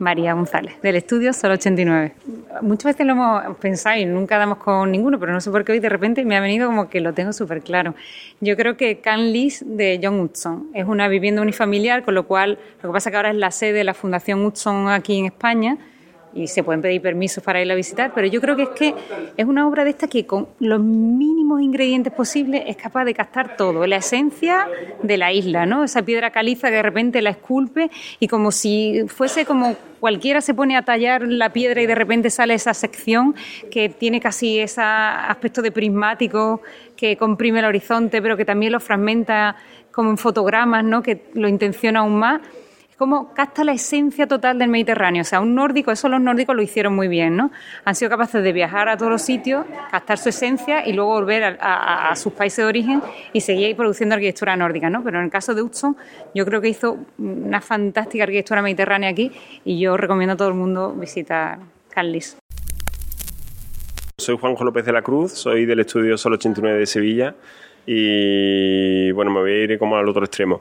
María González, del estudio Sol 89. Muchas veces lo hemos pensado y nunca damos con ninguno, pero no sé por qué hoy de repente me ha venido como que lo tengo súper claro. Yo creo que Can Lis de John Hudson es una vivienda unifamiliar, con lo cual lo que pasa es que ahora es la sede de la Fundación Hudson aquí en España y se pueden pedir permisos para irla a visitar, pero yo creo que es una obra de esta que con los mínimos ingredientes posibles es capaz de captar todo, la esencia de la isla, ¿no? Esa piedra caliza que de repente la esculpe y como si fuese como cualquiera se pone a tallar la piedra y de repente sale esa sección que tiene casi ese aspecto de prismático que comprime el horizonte, pero que también lo fragmenta como en fotogramas, ¿no? Que lo intenciona aún más. Cómo capta la esencia total del Mediterráneo. O sea, un nórdico, eso los nórdicos lo hicieron muy bien, ¿no? Han sido capaces de viajar a todos los sitios, captar su esencia y luego volver a sus países de origen y seguir produciendo arquitectura nórdica, ¿no? Pero en el caso de Hudson, yo creo que hizo una fantástica arquitectura mediterránea aquí y yo recomiendo a todo el mundo visitar Can Lis. Soy Juanjo López de la Cruz, soy del estudio Sol 89 de Sevilla y, bueno, me voy a ir como al otro extremo.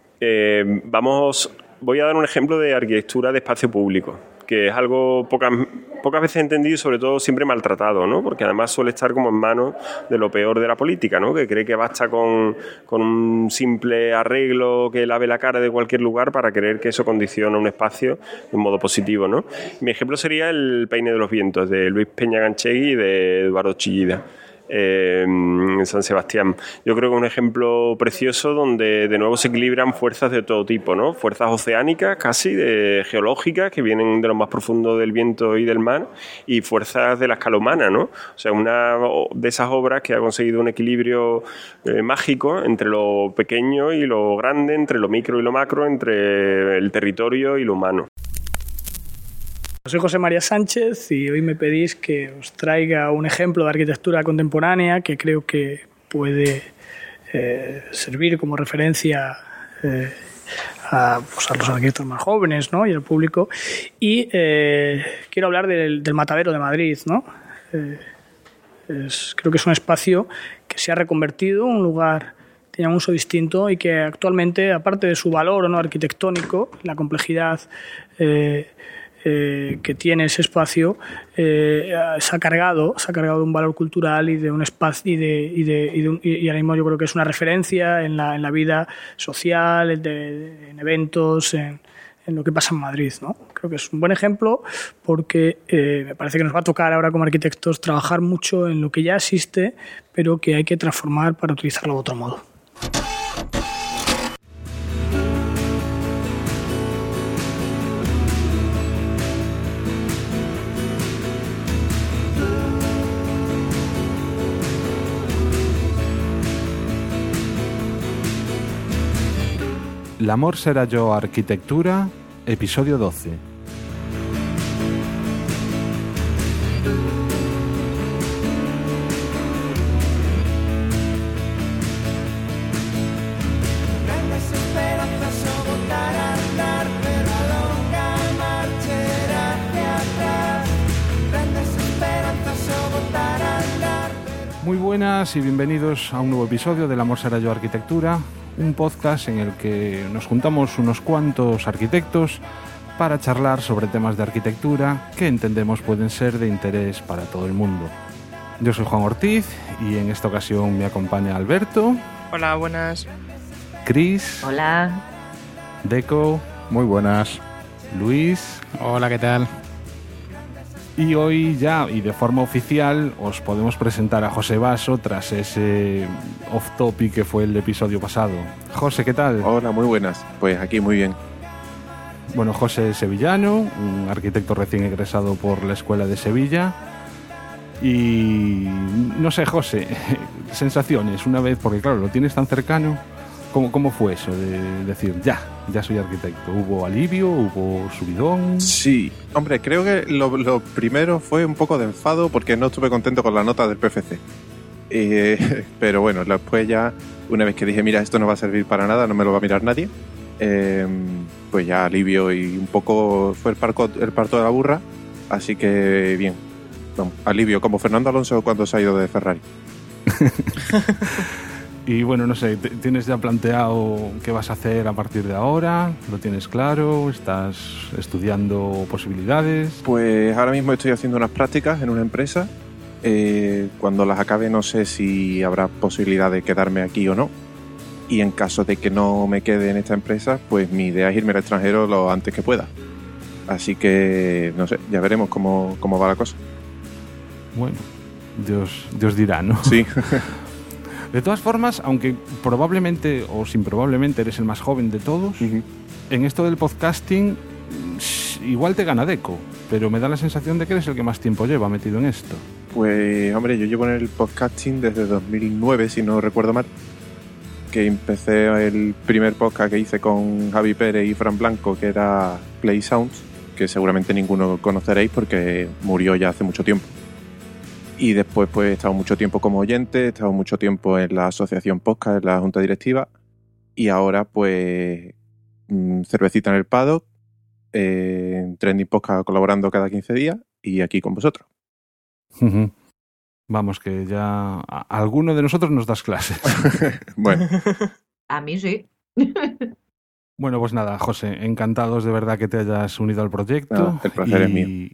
Voy a dar un ejemplo de arquitectura de espacio público, que es algo pocas veces entendido y sobre todo siempre maltratado, ¿no? Porque además suele estar como en manos de lo peor de la política, ¿no? Que cree que basta con un simple arreglo que lave la cara de cualquier lugar para creer que eso condiciona un espacio de un modo positivo, ¿no? Mi ejemplo sería el Peine de los Vientos de Luis Peña Ganchegui y de Eduardo Chillida. En San Sebastián. Yo creo que es un ejemplo precioso donde de nuevo se equilibran fuerzas de todo tipo, ¿no? Fuerzas oceánicas casi, geológicas, que vienen de lo más profundo del viento y del mar, y fuerzas de la escala humana, ¿no? O sea, una de esas obras que ha conseguido un equilibrio mágico entre lo pequeño y lo grande, entre lo micro y lo macro, entre el territorio y lo humano. Soy José María Sánchez y hoy me pedís que os traiga un ejemplo de arquitectura contemporánea que creo que puede servir como referencia a los arquitectos más jóvenes, ¿no? Y al público. Y quiero hablar del Matadero de Madrid, ¿no? Creo que es un espacio que se ha reconvertido en un lugar tenía un uso distinto y que actualmente, aparte de su valor, ¿no?, arquitectónico, la complejidad que tiene ese espacio, se ha cargado un valor cultural y de un espacio y ahora mismo yo creo que es una referencia en la vida social, en eventos, en lo que pasa en Madrid, ¿no? Creo que es un buen ejemplo porque me parece que nos va a tocar ahora como arquitectos trabajar mucho en lo que ya existe, pero que hay que transformar para utilizarlo de otro modo. L'amor será yo arquitectura, episodio 12. Muy buenas y bienvenidos a un nuevo episodio de L'amor será yo arquitectura, un podcast en el que nos juntamos unos cuantos arquitectos para charlar sobre temas de arquitectura que entendemos pueden ser de interés para todo el mundo. Yo soy Juan Ortiz y en esta ocasión me acompaña Alberto. Hola, buenas. Chris. Hola. Deco. Muy buenas. Luis. Hola, ¿qué tal? Y hoy ya, y de forma oficial, os podemos presentar a José Basso tras ese off-topic que fue el episodio pasado. José, ¿qué tal? Hola, muy buenas. Pues aquí muy bien. Bueno, José es sevillano, un arquitecto recién egresado por la Escuela de Sevilla. Y no sé, José, sensaciones una vez, porque claro, lo tienes tan cercano. ¿Cómo fue eso de decir, ya soy arquitecto? ¿Hubo alivio? ¿Hubo subidón? Sí, hombre, creo que lo primero fue un poco de enfado porque no estuve contento con la nota del PFC. Pero bueno, después ya, una vez que dije, mira, esto no va a servir para nada, no me lo va a mirar nadie, pues ya alivio y un poco fue el parto de la burra, así que bien, alivio, como Fernando Alonso cuando se ha ido de Ferrari. Y bueno, no sé, ¿tienes ya planteado qué vas a hacer a partir de ahora? ¿Lo tienes claro? ¿Estás estudiando posibilidades? Pues ahora mismo estoy haciendo unas prácticas en una empresa. Cuando las acabe no sé si habrá posibilidad de quedarme aquí o no. Y en caso de que no me quede en esta empresa, pues mi idea es irme al extranjero lo antes que pueda. Así que, no sé, ya veremos cómo va la cosa. Bueno, Dios dirá, ¿no? Sí. De todas formas, aunque probablemente o sin probablemente eres el más joven de todos, en esto del podcasting igual te gana Deco, pero me da la sensación de que eres el que más tiempo lleva metido en esto. Pues, hombre, yo llevo en el podcasting desde 2009, si no recuerdo mal, que empecé el primer podcast que hice con Javi Pérez y Fran Blanco, que era Play Sounds, que seguramente ninguno conoceréis porque murió ya hace mucho tiempo. Y después pues he estado mucho tiempo como oyente, he estado mucho tiempo en la asociación podcast, en la junta directiva, y ahora pues cervecita en el paddock, en Trending Podcast colaborando cada 15 días y aquí con vosotros. Vamos, que ya a alguno de nosotros nos das clases. Bueno. A mí sí. Bueno, pues nada, José, encantados de verdad que te hayas unido al proyecto. El placer es mío.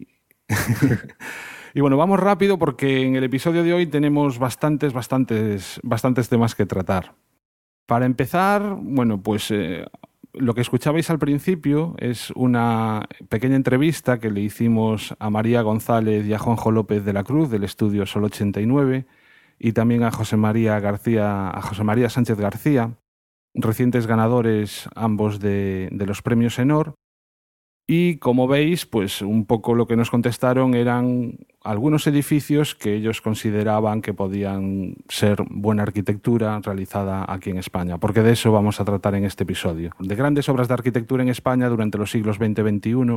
Y bueno, vamos rápido porque en el episodio de hoy tenemos bastantes temas que tratar. Para empezar, bueno, pues lo que escuchabais al principio es una pequeña entrevista que le hicimos a María González y a Juanjo López de la Cruz del estudio Sol 89 y también a José María Sánchez García, recientes ganadores ambos de los premios Enor. Y como veis, pues un poco lo que nos contestaron eran algunos edificios que ellos consideraban que podían ser buena arquitectura realizada aquí en España, porque de eso vamos a tratar en este episodio. De grandes obras de arquitectura en España durante los siglos XX y XXI.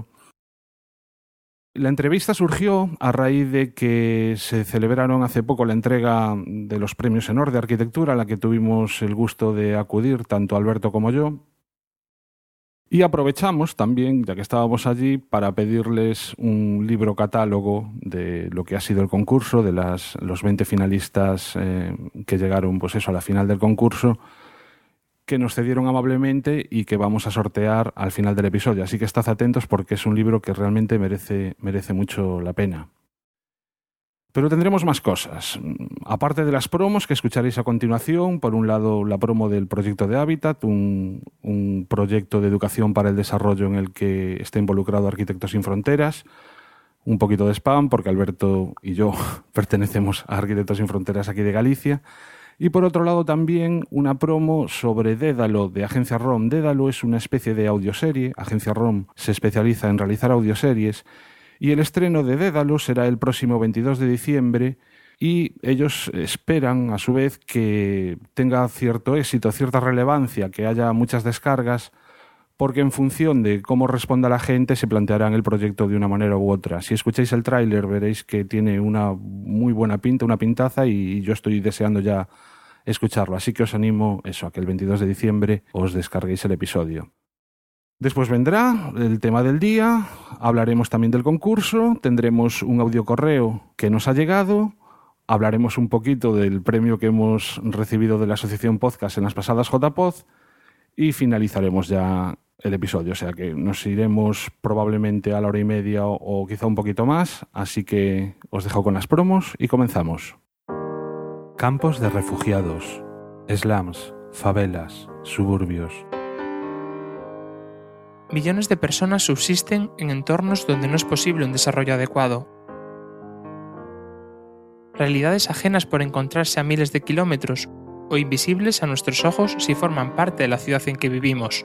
La entrevista surgió a raíz de que se celebraron hace poco la entrega de los premios Enor de arquitectura, a la que tuvimos el gusto de acudir tanto Alberto como yo. Y aprovechamos también, ya que estábamos allí, para pedirles un libro catálogo de lo que ha sido el concurso, de los 20 finalistas que llegaron pues eso, a la final del concurso, que nos cedieron amablemente y que vamos a sortear al final del episodio. Así que estad atentos porque es un libro que realmente merece mucho la pena. Pero tendremos más cosas. Aparte de las promos que escucharéis a continuación, por un lado la promo del proyecto de Hábitat, un proyecto de educación para el desarrollo en el que está involucrado Arquitectos Sin Fronteras, un poquito de spam porque Alberto y yo pertenecemos a Arquitectos Sin Fronteras aquí de Galicia, y por otro lado también una promo sobre Dédalo de Agencia ROM. Dédalo es una especie de audioserie, Agencia ROM se especializa en realizar audioseries, y el estreno de Dédalo será el próximo 22 de diciembre y ellos esperan, a su vez, que tenga cierto éxito, cierta relevancia, que haya muchas descargas, porque en función de cómo responda la gente se plantearán el proyecto de una manera u otra. Si escucháis el tráiler veréis que tiene una muy buena pinta, una pintaza, y yo estoy deseando ya escucharlo. Así que os animo a que el 22 de diciembre os descarguéis el episodio. Después vendrá el tema del día, hablaremos también del concurso, tendremos un audiocorreo que nos ha llegado, hablaremos un poquito del premio que hemos recibido de la Asociación Podcast en las pasadas JPod y finalizaremos ya el episodio. O sea que nos iremos probablemente a la hora y media o quizá un poquito más, así que os dejo con las promos y comenzamos. Campos de refugiados, slums, favelas, suburbios. Millones de personas subsisten en entornos donde no es posible un desarrollo adecuado. Realidades ajenas por encontrarse a miles de kilómetros o invisibles a nuestros ojos si forman parte de la ciudad en que vivimos.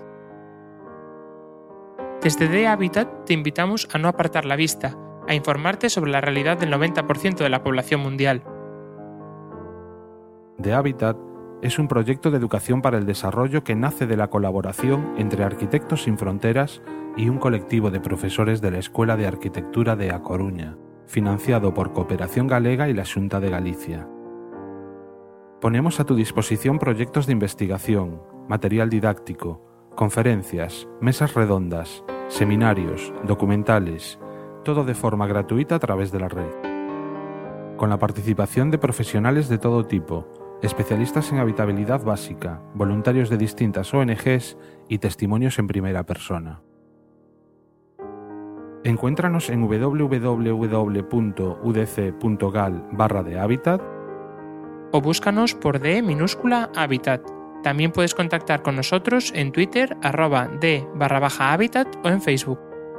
Desde The Habitat te invitamos a no apartar la vista, a informarte sobre la realidad del 90% de la población mundial. The Habitat es un proyecto de educación para el desarrollo que nace de la colaboración entre Arquitectos Sin Fronteras y un colectivo de profesores de la Escuela de Arquitectura de A Coruña, financiado por Cooperación Galega y la Xunta de Galicia. Ponemos a tu disposición proyectos de investigación, material didáctico, conferencias, mesas redondas, seminarios, documentales, todo de forma gratuita a través de la red. Con la participación de profesionales de todo tipo, especialistas en habitabilidad básica, voluntarios de distintas ONGs y testimonios en primera persona. Encuéntranos en www.udc.gal/de-hábitat o búscanos por D minúscula Hábitat. También puedes contactar con nosotros en Twitter @d_hábitat o en Facebook.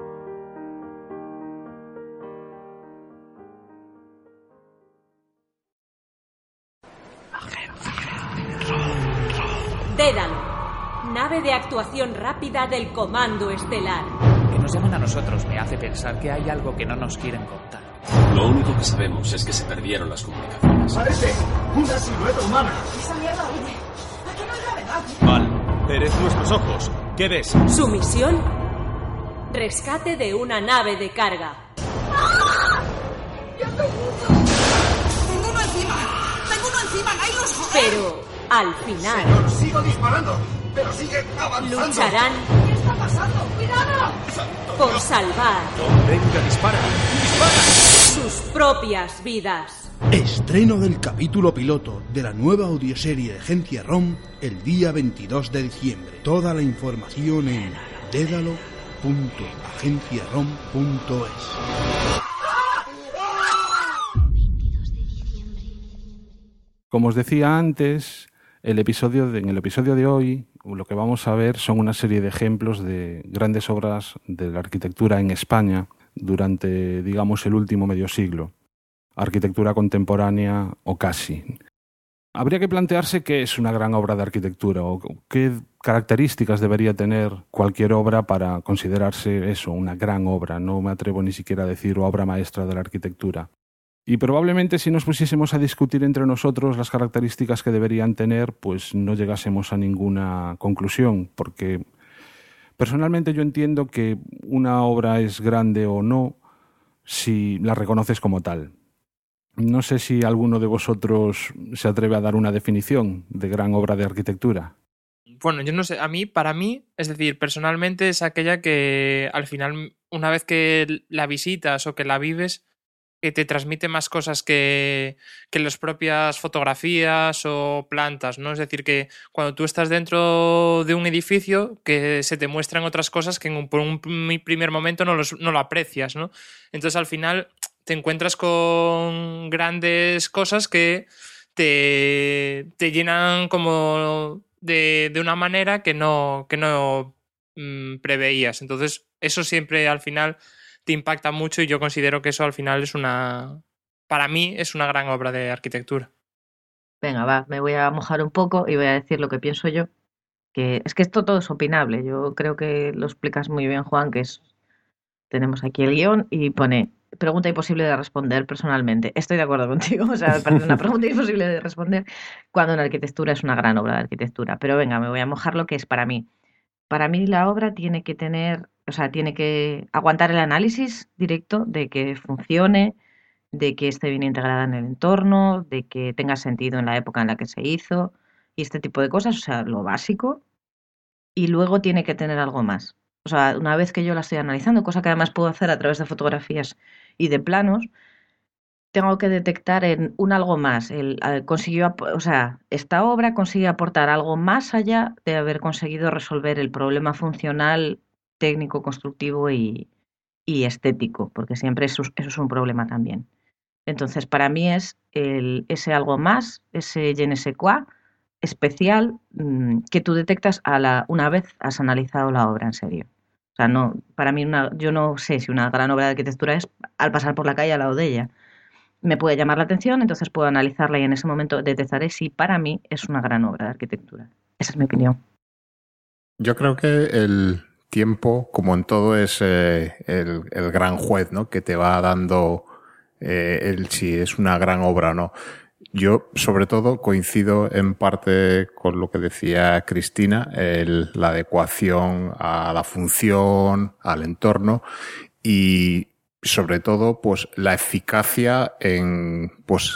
Dédalo, nave de actuación rápida del Comando Estelar. Que nos llaman a nosotros me hace pensar que hay algo que no nos quieren contar. Lo único que sabemos es que se perdieron las comunicaciones. ¡Parece una silueta humana! ¡Esa mierda huye! ¡Aquí no hay gravedad! Val, eres nuestros ojos. ¿Qué ves? Su misión: rescate de una nave de carga. ¡Ah! ¡Ya tengo mucho! ¡Tengo uno encima! ¡Nadie los joder! Pero al final... Señor, sigo disparando, pero sigue avanzando. Lucharán... ¿Qué está pasando? ¡Cuidado! por salvar... Venga, dispara. ¡Dispara! sus propias vidas. Estreno del capítulo piloto de la nueva audioserie Agencia ROM el día 22 de diciembre. Toda la información en dedalo.agenciarom.es. Como os decía antes, en el episodio de hoy lo que vamos a ver son una serie de ejemplos de grandes obras de la arquitectura en España durante, digamos, el último medio siglo. Arquitectura contemporánea o casi. Habría que plantearse qué es una gran obra de arquitectura o qué características debería tener cualquier obra para considerarse eso, una gran obra. No me atrevo ni siquiera a decir obra maestra de la arquitectura. Y probablemente si nos pusiésemos a discutir entre nosotros las características que deberían tener, pues no llegásemos a ninguna conclusión, porque personalmente yo entiendo que una obra es grande o no si la reconoces como tal. No sé si alguno de vosotros se atreve a dar una definición de gran obra de arquitectura. Bueno, yo no sé, para mí, es decir, personalmente es aquella que al final, una vez que la visitas o que la vives, que te transmite más cosas que las propias fotografías o plantas, ¿no? Es decir, que cuando tú estás dentro de un edificio, que se te muestran otras cosas que por un primer momento no lo aprecias, ¿no? Entonces, al final, te encuentras con grandes cosas que te llenan como de una manera que no preveías. Entonces, eso siempre, al final, te impacta mucho y yo considero que eso al final para mí es una gran obra de arquitectura. Venga, va, me voy a mojar un poco y voy a decir lo que pienso yo, que es que esto todo es opinable. Yo creo que lo explicas muy bien, Juan, tenemos aquí el guión y pone pregunta imposible de responder personalmente. Estoy de acuerdo contigo, o sea, me parece una pregunta imposible de responder cuando una arquitectura es una gran obra de arquitectura. Pero venga, me voy a mojar lo que es para mí. Para mí la obra tiene que aguantar el análisis directo de que funcione, de que esté bien integrada en el entorno, de que tenga sentido en la época en la que se hizo y este tipo de cosas, o sea, lo básico. Y luego tiene que tener algo más. O sea, una vez que yo la estoy analizando, cosa que además puedo hacer a través de fotografías y de planos, tengo que detectar en un algo más. Esta obra consigue aportar algo más allá de haber conseguido resolver el problema funcional, técnico, constructivo y estético, porque siempre eso es un problema también. Entonces, para mí es ese algo más, ese je ne sais quoi especial que tú detectas una vez has analizado la obra en serio. O sea, no, para mí yo no sé si una gran obra de arquitectura es al pasar por la calle al lado de ella. Me puede llamar la atención, entonces puedo analizarla y en ese momento detectaré si para mí es una gran obra de arquitectura. Esa es mi opinión. Yo creo que el tiempo, como en todo, es el gran juez, ¿no? Que te va dando si es una gran obra o no. Yo, sobre todo, coincido en parte con lo que decía Cristina, la adecuación a la función, al entorno y sobre todo, pues la eficacia en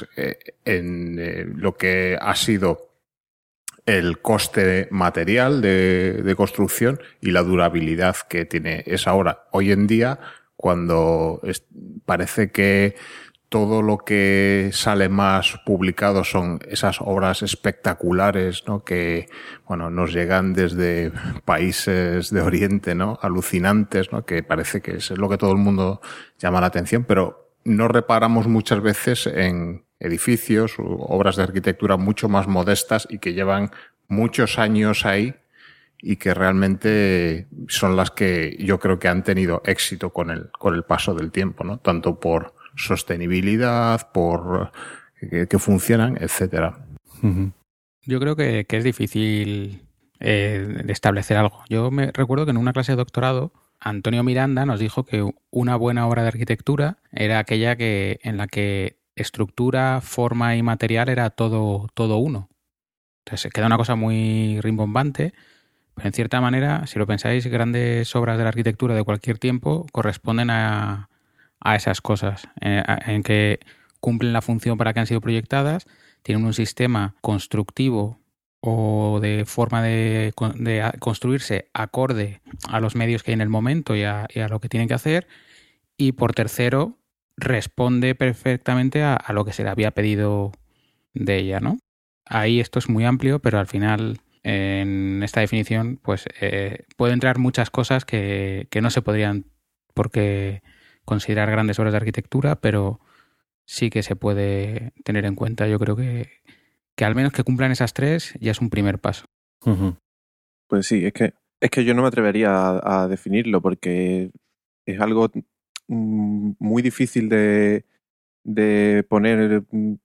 lo que ha sido el coste material de construcción y la durabilidad que tiene esa obra. Hoy en día, cuando parece que todo lo que sale más publicado son esas obras espectaculares, ¿no? Que, bueno, nos llegan desde países de Oriente, ¿no? Alucinantes, ¿no? Que parece que es lo que todo el mundo llama la atención, pero no reparamos muchas veces en edificios u obras de arquitectura mucho más modestas y que llevan muchos años ahí y que realmente son las que yo creo que han tenido éxito con el paso del tiempo, ¿no? Tanto por sostenibilidad, por que funcionan, etcétera. Yo creo que es difícil de establecer algo. Yo me recuerdo que en una clase de doctorado Antonio Miranda nos dijo que una buena obra de arquitectura era aquella en la que estructura, forma y material era todo uno. Entonces queda una cosa muy rimbombante, pero en cierta manera, si lo pensáis, grandes obras de la arquitectura de cualquier tiempo corresponden a esas cosas, en que cumplen la función para que han sido proyectadas, tienen un sistema constructivo o de forma de construirse acorde a los medios que hay en el momento y a lo que tienen que hacer, y por tercero responde perfectamente a lo que se le había pedido de ella, ¿no? Ahí esto es muy amplio, pero al final en esta definición pues puede entrar muchas cosas que no se podrían porque considerar grandes obras de arquitectura, pero sí que se puede tener en cuenta. Yo creo que al menos que cumplan esas tres ya es un primer paso. Pues sí, es que yo no me atrevería a definirlo porque es algo muy difícil de poner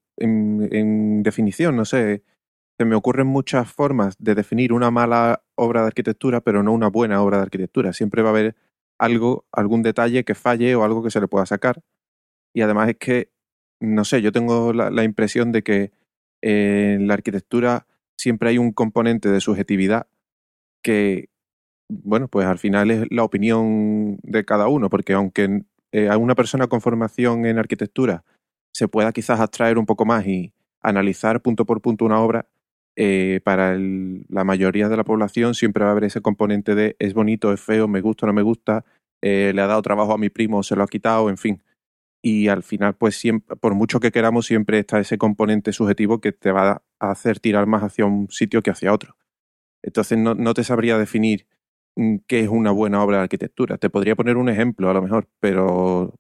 en definición. No sé, se me ocurren muchas formas de definir una mala obra de arquitectura, pero no una buena obra de arquitectura. Siempre va a haber algún detalle que falle o algo que se le pueda sacar. Y además es que, no sé, yo tengo la impresión de que en la arquitectura siempre hay un componente de subjetividad que, bueno, pues al final es la opinión de cada uno, porque aunque a una persona con formación en arquitectura se pueda quizás abstraer un poco más y analizar punto por punto una obra, para la mayoría de la población siempre va a haber ese componente de es bonito, es feo, me gusta, no me gusta, le ha dado trabajo a mi primo, se lo ha quitado, en fin. Y al final, pues siempre, por mucho que queramos, siempre está ese componente subjetivo que te va a hacer tirar más hacia un sitio que hacia otro. Entonces no te sabría definir qué es una buena obra de arquitectura. Te podría poner un ejemplo a lo mejor, pero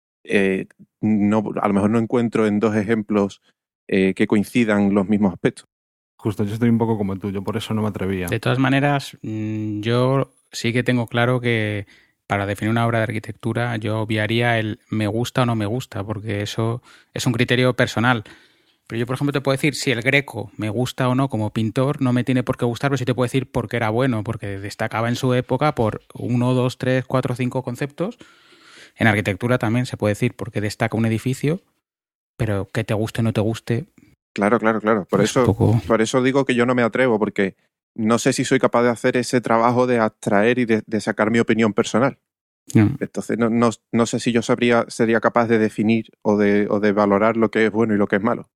a lo mejor no encuentro en dos ejemplos que coincidan los mismos aspectos. Justo, yo estoy un poco como tú, yo por eso no me atrevía. De todas maneras, yo sí que tengo claro que para definir una obra de arquitectura yo obviaría el me gusta o no me gusta, porque eso es un criterio personal. Pero yo, por ejemplo, te puedo decir si el Greco me gusta o no como pintor, no me tiene por qué gustar, pero sí te puedo decir por qué era bueno, porque destacaba en su época por 1, 2, 3, 4, 5 conceptos. En arquitectura también se puede decir por qué destaca un edificio, pero que te guste o no te guste. Claro. Por eso digo que yo no me atrevo, porque no sé si soy capaz de hacer ese trabajo de abstraer y de sacar mi opinión personal. Entonces no sé si yo sería capaz de definir o de valorar lo que es bueno y lo que es malo.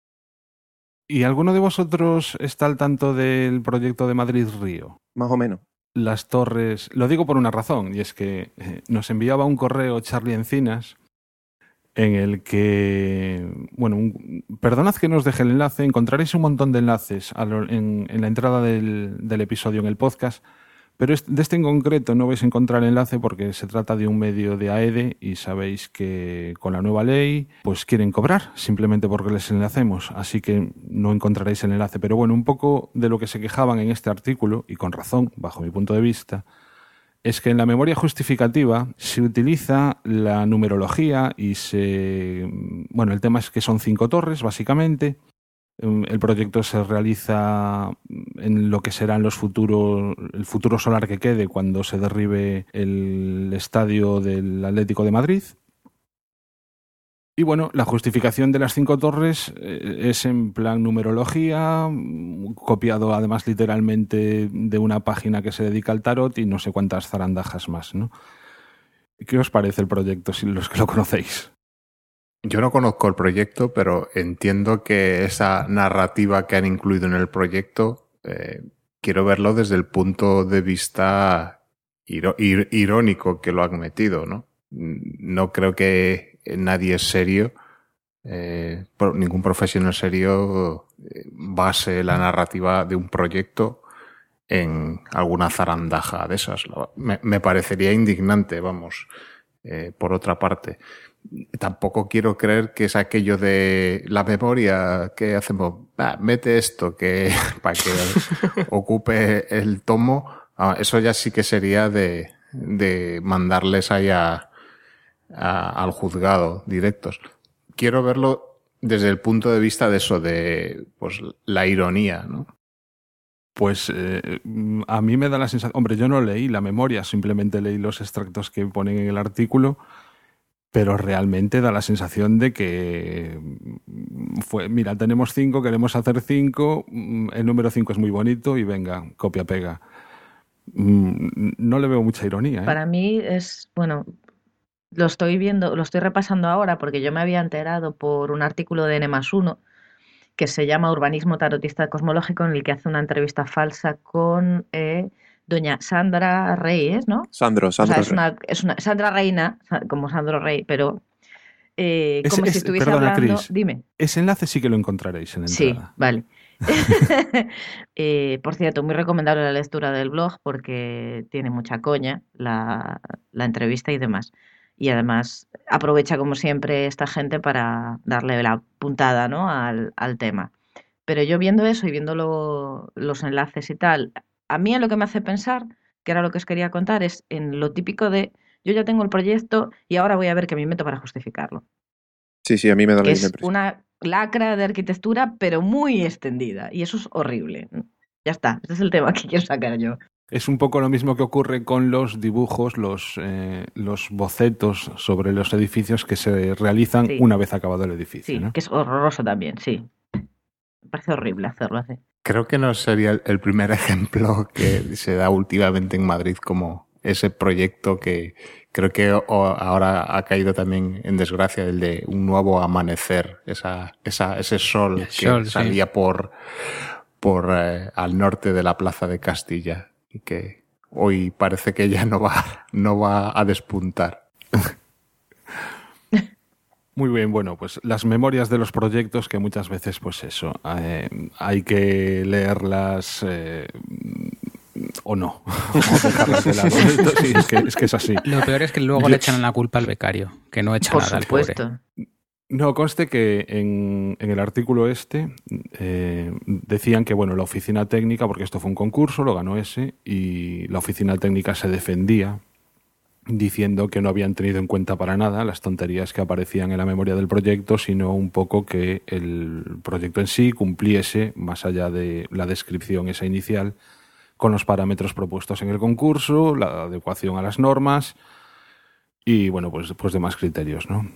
¿Y alguno de vosotros está al tanto del proyecto de Madrid-Río? Más o menos. Las torres... Lo digo por una razón, y es que nos enviaba un correo Charlie Encinas en el que... Bueno, perdonad que no os deje el enlace, encontraréis un montón de enlaces en la entrada del episodio en el podcast, pero de este en concreto no vais a encontrar el enlace porque se trata de un medio de AEDE y sabéis que con la nueva ley pues quieren cobrar simplemente porque les enlacemos, así que no encontraréis el enlace. Pero bueno, un poco de lo que se quejaban en este artículo, y con razón, bajo mi punto de vista, es que en la memoria justificativa se utiliza la numerología y bueno, el tema es que son 5 torres, básicamente. El proyecto se realiza en lo que serán el futuro solar que quede cuando se derribe el estadio del Atlético de Madrid. Y bueno, la justificación de las 5 torres es en plan numerología, copiado además literalmente de una página que se dedica al tarot y no sé cuántas zarandajas más, ¿no? ¿Qué os parece el proyecto, si los que lo conocéis? Yo no conozco el proyecto, pero entiendo que esa narrativa que han incluido en el proyecto, quiero verlo desde el punto de vista irónico que lo han metido, ¿no? No creo que nadie serio ningún profesional serio base la narrativa de un proyecto en alguna zarandaja de esas. Me parecería indignante, vamos, por otra parte. Tampoco quiero creer que es aquello de la memoria que hacemos, mete esto que para que ocupe el tomo. Eso ya sí que sería de mandarles ahí al juzgado directos. Quiero verlo desde el punto de vista de eso, de pues la ironía, ¿no? Pues a mí me da la sensación... Hombre, yo no leí la memoria, simplemente leí los extractos que ponen en el artículo, pero realmente da la sensación de que mira, tenemos 5, queremos hacer 5, el número 5 es muy bonito y venga, copia-pega. No le veo mucha ironía, ¿eh? Para mí es, bueno, lo estoy repasando ahora porque yo me había enterado por un artículo de N+1 que se llama Urbanismo Tarotista Cosmológico, en el que hace una entrevista falsa con doña Sandra Rey, ¿no? Sandro. O sea, es una Sandra Reina, como Sandro Rey, pero como si estuviese perdona, hablando... Chris, Dime. Ese enlace sí que lo encontraréis en la entrada. Sí, vale. Por cierto, muy recomendable la lectura del blog porque tiene mucha coña la entrevista y demás. Y además aprovecha, como siempre, esta gente para darle la puntada, ¿no? al tema. Pero yo viendo eso y viendo los enlaces y tal, a mí lo que me hace pensar, que era lo que os quería contar, es en lo típico de yo ya tengo el proyecto y ahora voy a ver qué me invento para justificarlo. Sí, a mí me da la impresión. impresión. Es una lacra de arquitectura, pero muy extendida. Y eso es horrible. Ya está, este es el tema que quiero sacar yo. Es un poco lo mismo que ocurre con los dibujos, los bocetos sobre los edificios que se realizan una vez acabado el edificio. Sí, ¿no? Que es horroroso también, sí. Me parece horrible hacerlo así. Creo que no sería el primer ejemplo que se da últimamente en Madrid como ese proyecto que creo que ahora ha caído también en desgracia, el de un nuevo amanecer, ese sol que salía sí. por al norte de la Plaza de Castilla y que hoy parece que ya no va a despuntar. Muy bien, bueno, pues las memorias de los proyectos que muchas veces, pues eso, hay que leerlas o no, o dejarlas de lado. Sí, es que es así. Lo peor es que luego le echan la culpa al becario, que no echa nada al pobre. No, conste que en el artículo decían que, bueno, la oficina técnica, porque esto fue un concurso, lo ganó ese, y la oficina técnica se defendía diciendo que no habían tenido en cuenta para nada las tonterías que aparecían en la memoria del proyecto, sino un poco que el proyecto en sí cumpliese, más allá de la descripción esa inicial, con los parámetros propuestos en el concurso, la adecuación a las normas y, bueno, pues demás criterios, ¿no?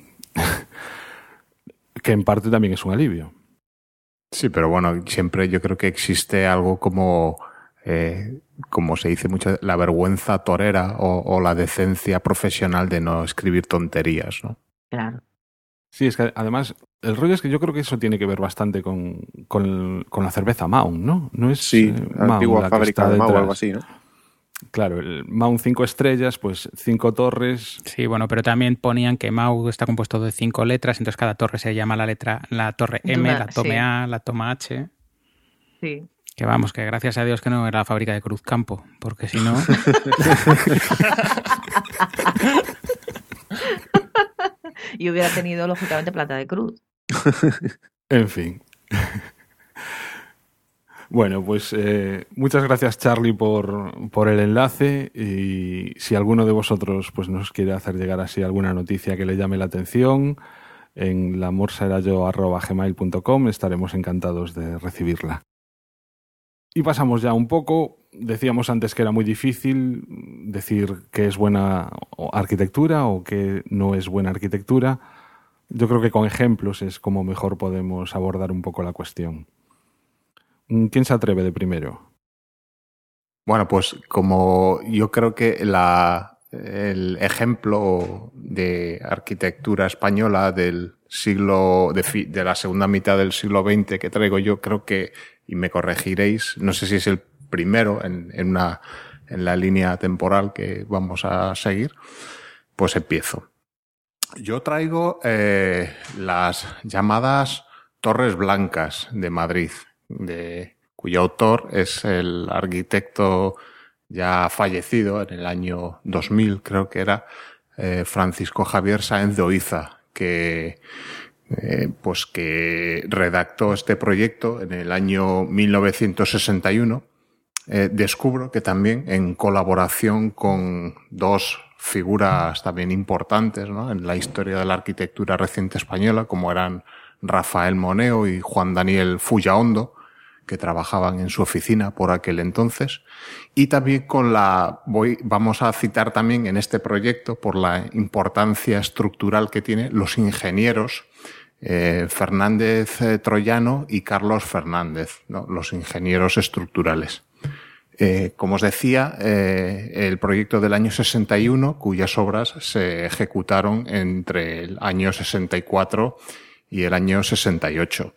Que en parte también es un alivio. Sí, pero bueno, siempre yo creo que existe algo como se dice mucho, la vergüenza torera o la decencia profesional de no escribir tonterías, ¿no? Claro. Sí, es que además el rollo es que yo creo que eso tiene que ver bastante con la cerveza Mount, ¿no? No es sí, la antigua fábrica de Mount o algo así, ¿no? Claro, el Mount 5 estrellas, pues 5 torres. Sí, bueno, pero también ponían que Mount está compuesto de 5 letras, entonces cada torre se llama la torre M, la toma A, la toma H. Sí. Que vamos, que gracias a Dios que no era la fábrica de Cruzcampo, porque si no... Y hubiera tenido, lógicamente, plata de cruz. En fin. Bueno, pues muchas gracias, Charlie, por el enlace, y si alguno de vosotros pues nos quiere hacer llegar así alguna noticia que le llame la atención, en lamorserayo@gmail.com estaremos encantados de recibirla. Y pasamos ya un poco, decíamos antes que era muy difícil decir qué es buena arquitectura o qué no es buena arquitectura. Yo creo que con ejemplos es como mejor podemos abordar un poco la cuestión. ¿Quién se atreve de primero? Bueno, pues como yo creo que el ejemplo de arquitectura española del siglo de la segunda mitad del siglo XX que traigo yo, creo que, y me corregiréis, no sé si es el primero en la línea temporal que vamos a seguir, pues empiezo. Yo traigo las llamadas Torres Blancas de Madrid, cuyo autor es el arquitecto ya fallecido en el año 2000, creo que era, Francisco Javier Sáenz de Oiza, que redactó este proyecto en el año 1961. Descubro que también en colaboración con dos figuras también importantes, ¿no?, en la historia de la arquitectura reciente española, como eran Rafael Moneo y Juan Daniel Fullaondo, que trabajaban en su oficina por aquel entonces, y también vamos a citar también en este proyecto, por la importancia estructural que tiene, los ingenieros Fernández Troyano y Carlos Fernández, ¿no?, los ingenieros estructurales. Como os decía, el proyecto del año 61, cuyas obras se ejecutaron entre el año 64 y el año 68.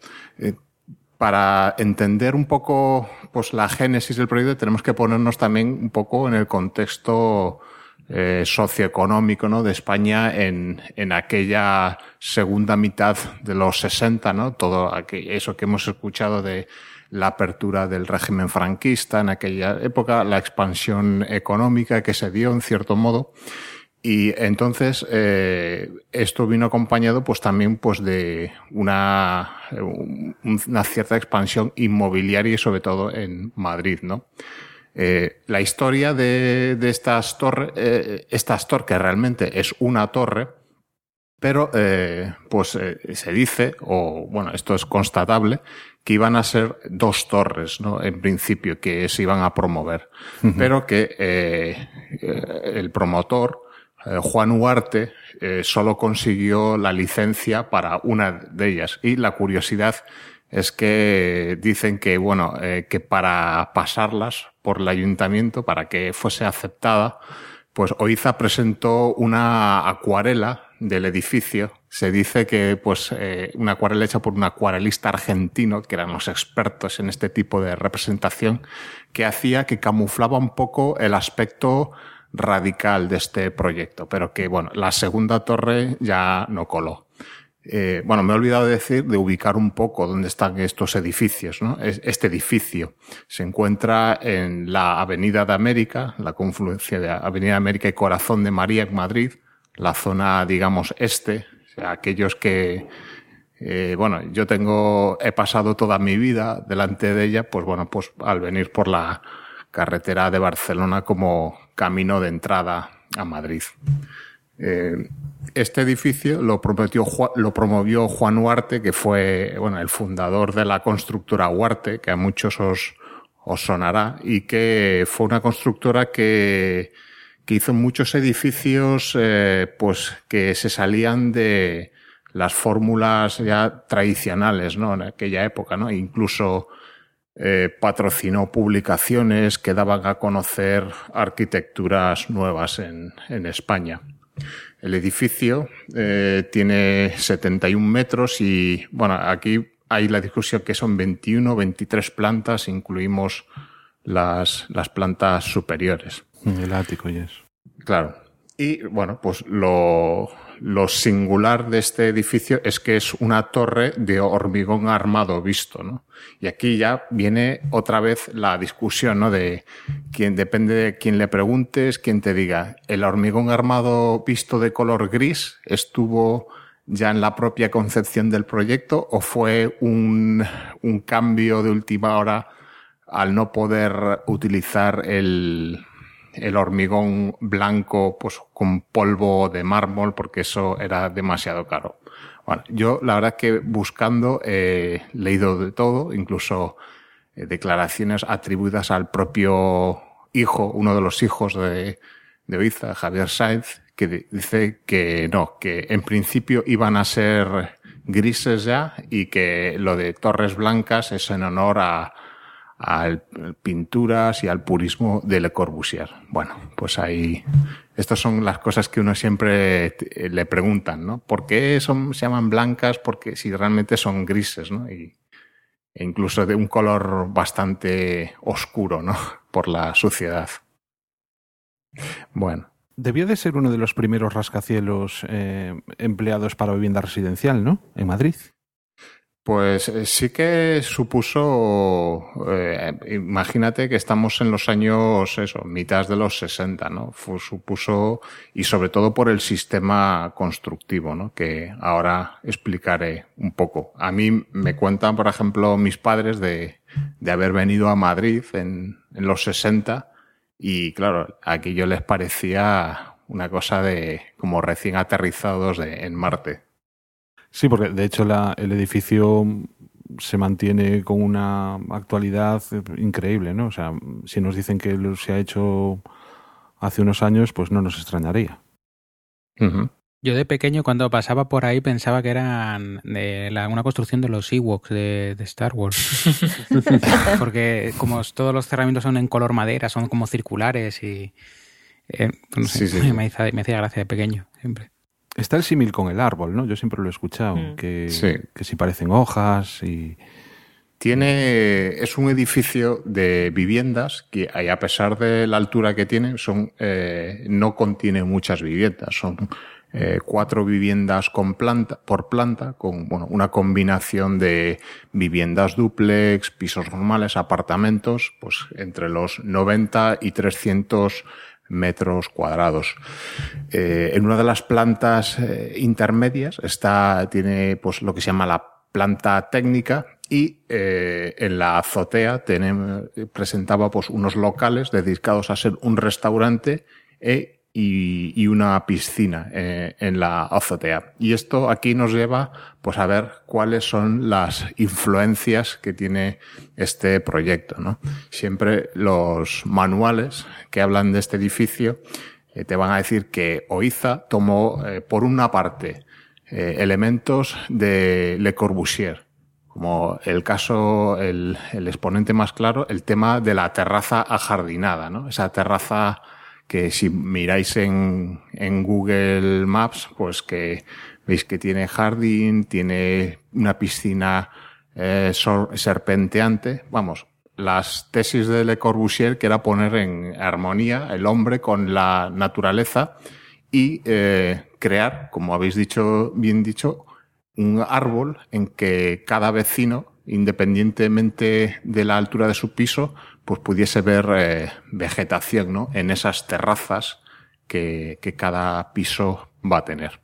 Para entender un poco pues la génesis del proyecto, tenemos que ponernos también un poco en el contexto socioeconómico, ¿no?, de España en aquella segunda mitad de los 60, ¿no? Todo eso que hemos escuchado de la apertura del régimen franquista en aquella época, la expansión económica que se dio en cierto modo. Y entonces esto vino acompañado pues también pues de una cierta expansión inmobiliaria y sobre todo en Madrid, ¿no? La historia de estas torres, que realmente es una torre, pero se dice, o bueno, esto es constatable, que iban a ser dos torres, ¿no?, en principio, que se iban a promover. Pero que el promotor, Juan Huarte, solo consiguió la licencia para una de ellas. Y la curiosidad es que dicen que, que para pasarlas por el ayuntamiento, para que fuese aceptada, pues Oiza presentó una acuarela del edificio. Se dice que una acuarela hecha por un acuarelista argentino, que eran los expertos en este tipo de representación, que camuflaba un poco el aspecto radical de este proyecto, pero que la segunda torre ya no coló. Me he olvidado de ubicar un poco dónde están estos edificios, ¿no? Este edificio se encuentra en la Avenida de América, la confluencia de Avenida de América y Corazón de María en Madrid, la zona, digamos, este, o sea, aquellos que, yo he pasado toda mi vida delante de ella, pues al venir por la carretera de Barcelona como camino de entrada a Madrid. Este edificio lo promovió Juan Huarte, que fue el fundador de la constructora Huarte, que a muchos os sonará, y que fue una constructora que hizo muchos edificios que se salían de las fórmulas ya tradicionales, ¿no?, en aquella época, ¿no? Incluso patrocinó publicaciones que daban a conocer arquitecturas nuevas en España. El edificio tiene 71 metros y, aquí hay la discusión que son 21 o 23 plantas, incluimos las plantas superiores. El ático y eso. Claro. Y, lo singular de este edificio es que es una torre de hormigón armado visto, ¿no? Y aquí ya viene otra vez la discusión, ¿no?, de depende de quién le preguntes, quién te diga. ¿El hormigón armado visto de color gris estuvo ya en la propia concepción del proyecto o fue un cambio de última hora al no poder utilizar el hormigón blanco con polvo de mármol, porque eso era demasiado caro? Yo la verdad que buscando he leído de todo, incluso declaraciones atribuidas al propio hijo, uno de los hijos de Oiza, Javier Sáenz, que dice que no, que en principio iban a ser grises ya y que lo de Torres Blancas es en honor a pinturas y al purismo de Le Corbusier. Pues ahí, estas son las cosas que uno siempre le preguntan, ¿no? ¿Por qué se llaman blancas? Porque si realmente son grises, ¿no? E incluso de un color bastante oscuro, ¿no?, por la suciedad. Debió de ser uno de los primeros rascacielos empleados para vivienda residencial, ¿no? En Madrid. Pues sí que supuso, imagínate que estamos en los años, mitad de los 60, ¿no? Supuso, y sobre todo por el sistema constructivo, ¿no? Que ahora explicaré un poco. A mí me cuentan, por ejemplo, mis padres de haber venido a Madrid en los 60 y, claro, aquello les parecía una cosa de como recién aterrizados en Marte. Sí, porque de hecho el edificio se mantiene con una actualidad increíble, ¿no? O sea, si nos dicen que se ha hecho hace unos años, pues no nos extrañaría. Uh-huh. Yo de pequeño, cuando pasaba por ahí, pensaba que eran una construcción de los Ewoks de Star Wars. Porque como todos los cerramientos son en color madera, son como circulares y... no sé, sí. Me hacía gracia de pequeño, siempre. Está el símil con el árbol, ¿no? Yo siempre lo he escuchado, que si parecen hojas y... Es un edificio de viviendas que, a pesar de la altura que tiene, no contiene muchas viviendas. Son 4 viviendas por planta, con una combinación de viviendas dúplex, pisos normales, apartamentos, pues entre los 90 y 300 metros cuadrados. En una de las plantas intermedias tiene pues lo que se llama la planta técnica y en la azotea presentaba pues unos locales dedicados a ser un restaurante y una piscina en la azotea. Y esto aquí nos lleva pues a ver cuáles son las influencias que tiene este proyecto, ¿no? Siempre los manuales que hablan de este edificio te van a decir que Oiza tomó por una parte elementos de Le Corbusier, como el caso, el exponente más claro, el tema de la terraza ajardinada, ¿no? Esa terraza que si miráis en Google Maps, pues que veis que tiene jardín, tiene una piscina serpenteante. Vamos, las tesis de Le Corbusier, que era poner en armonía el hombre con la naturaleza y crear, como habéis bien dicho, un árbol en que cada vecino, independientemente de la altura de su piso, pues pudiese ver vegetación, ¿no? En esas terrazas que cada piso va a tener.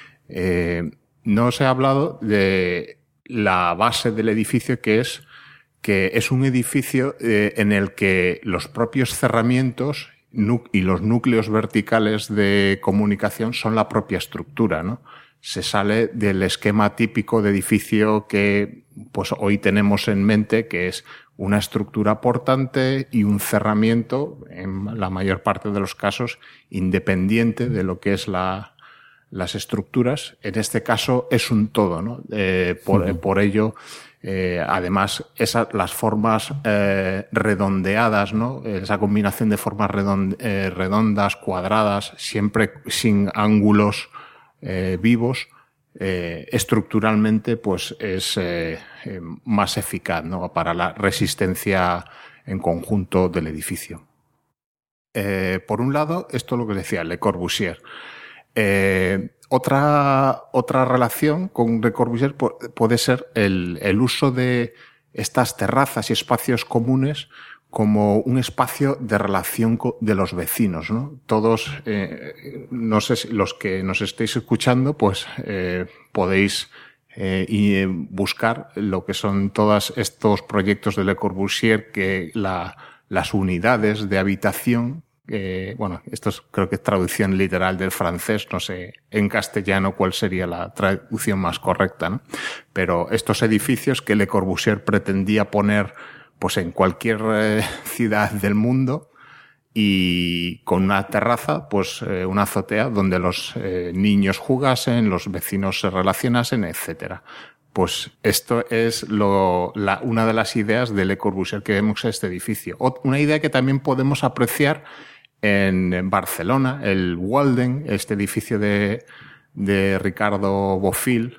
No os he hablado de la base del edificio, que es un edificio en el que los propios cerramientos y los núcleos verticales de comunicación son la propia estructura, ¿no? Se sale del esquema típico de edificio que pues hoy tenemos en mente, que es una estructura portante y un cerramiento, en la mayor parte de los casos, independiente de lo que es las estructuras. En este caso es un todo, ¿no? Por ello, además, las formas redondeadas, ¿no? Esa combinación de formas redondas, cuadradas, siempre sin ángulos vivos, estructuralmente pues es más eficaz, ¿no? Para la resistencia en conjunto del edificio. Por un lado, esto es lo que decía Le Corbusier. Otra relación con Le Corbusier puede ser el uso de estas terrazas y espacios comunes como un espacio de relación de los vecinos, ¿no? Todos, no sé si los que nos estéis escuchando, pues podéis buscar lo que son todos estos proyectos de Le Corbusier, que las unidades de habitación, bueno, esto creo que es traducción literal del francés, no sé en castellano cuál sería la traducción más correcta, ¿no? Pero estos edificios que Le Corbusier pretendía poner pues en cualquier ciudad del mundo y con una terraza, pues una azotea donde los niños jugasen, los vecinos se relacionasen, etcétera. Pues esto es una de las ideas de Le Corbusier que vemos en este edificio. Una idea que también podemos apreciar en Barcelona, el Walden, este edificio de Ricardo Bofill,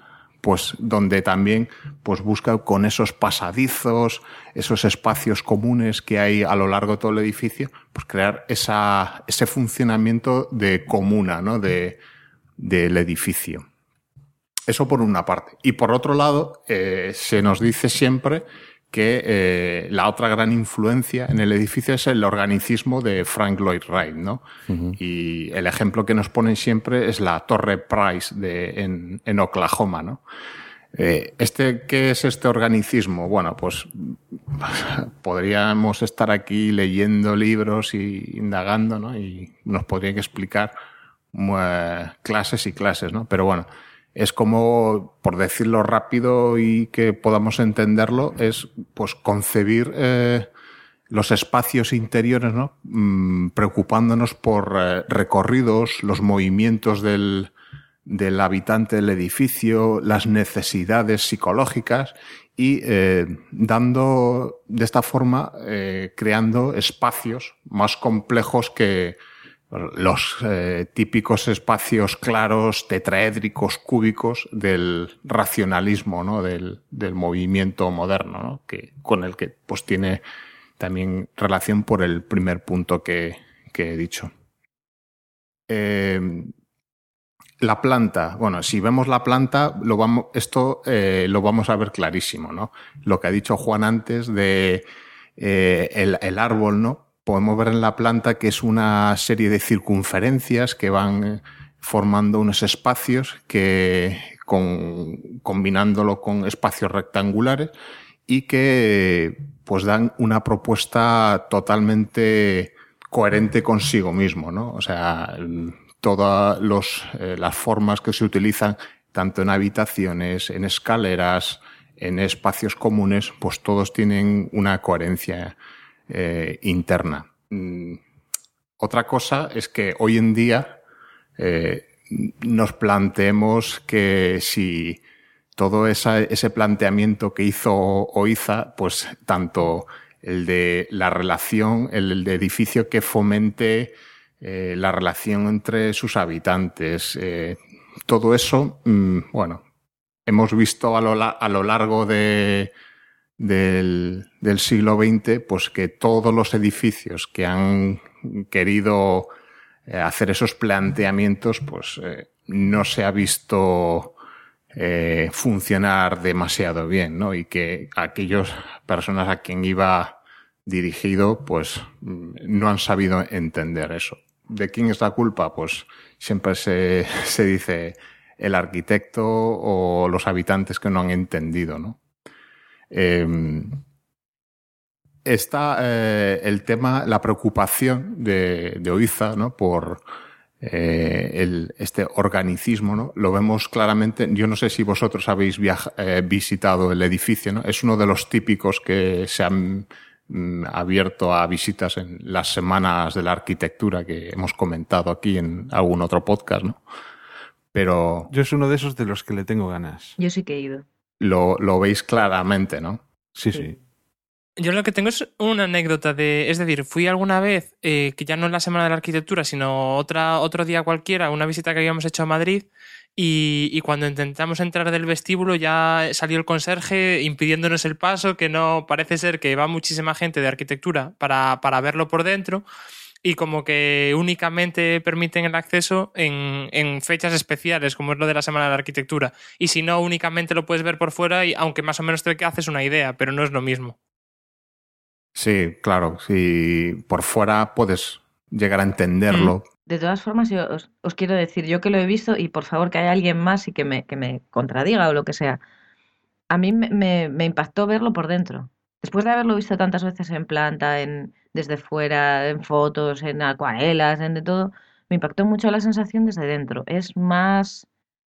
pues donde también pues busca con esos pasadizos, esos espacios comunes que hay a lo largo de todo el edificio, pues crear ese funcionamiento de comuna, ¿no? del edificio. Eso por una parte. Y por otro lado, se nos dice siempre que la otra gran influencia en el edificio es el organicismo de Frank Lloyd Wright, ¿no? Uh-huh. Y el ejemplo que nos ponen siempre es la Torre Price en Oklahoma, ¿no? ¿Qué es este organicismo? Bueno, pues podríamos estar aquí leyendo libros y indagando, ¿no? Y nos podrían explicar clases y clases, ¿no? Pero bueno, es como, por decirlo rápido y que podamos entenderlo, es pues concebir los espacios interiores, ¿no? Preocupándonos por recorridos, los movimientos del habitante del edificio, las necesidades psicológicas y dando de esta forma, creando espacios más complejos que los típicos espacios claros, tetraédricos, cúbicos del racionalismo, ¿no? del movimiento moderno, ¿no? Con el que pues tiene también relación por el primer punto que he dicho. La planta, bueno, si vemos la planta, lo vamos a ver clarísimo, ¿no? Lo que ha dicho Juan antes de el árbol, ¿no? Podemos ver en la planta que es una serie de circunferencias que van formando unos espacios que combinándolo con espacios rectangulares y que pues dan una propuesta totalmente coherente consigo mismo, ¿no? O sea, todas las formas que se utilizan tanto en habitaciones, en escaleras, en espacios comunes, pues todos tienen una coherencia interna. Otra cosa es que hoy en día nos planteemos que si todo ese planteamiento que hizo Oiza, pues tanto el de la relación, el de edificio que fomente la relación entre sus habitantes, todo eso, bueno, hemos visto a lo largo del siglo XX, pues que todos los edificios que han querido hacer esos planteamientos, pues no se ha visto funcionar demasiado bien, ¿no? Y que aquellas personas a quien iba dirigido, pues no han sabido entender eso. ¿De quién es la culpa? Pues siempre se dice el arquitecto o los habitantes que no han entendido, ¿no? Está el tema, la preocupación de Oiza, ¿no? Por este organicismo, ¿no? Lo vemos claramente. Yo no sé si vosotros habéis visitado el edificio, ¿no? Es uno de los típicos que se han abierto a visitas en las semanas de la arquitectura que hemos comentado aquí en algún otro podcast, ¿no? Pero yo es uno de esos de los que le tengo ganas. Yo sí que he ido. Lo veis claramente, ¿no? Sí. Yo lo que tengo es una anécdota es decir, fui alguna vez, que ya no en la Semana de la Arquitectura, sino otro día cualquiera, una visita que habíamos hecho a Madrid, y cuando intentamos entrar del vestíbulo ya salió el conserje impidiéndonos el paso, que no parece ser que va muchísima gente de arquitectura para verlo por dentro, y como que únicamente permiten el acceso en fechas especiales, como es lo de la Semana de la Arquitectura, y si no, únicamente lo puedes ver por fuera, y aunque más o menos te haces una idea, pero no es lo mismo. Sí, claro, si por fuera puedes llegar a entenderlo. De todas formas, yo os quiero decir, yo que lo he visto, y por favor que haya alguien más y que me contradiga o lo que sea, a mí me impactó verlo por dentro. Después de haberlo visto tantas veces en planta, desde fuera, en fotos, en acuarelas, en de todo, me impactó mucho la sensación desde dentro. Es más,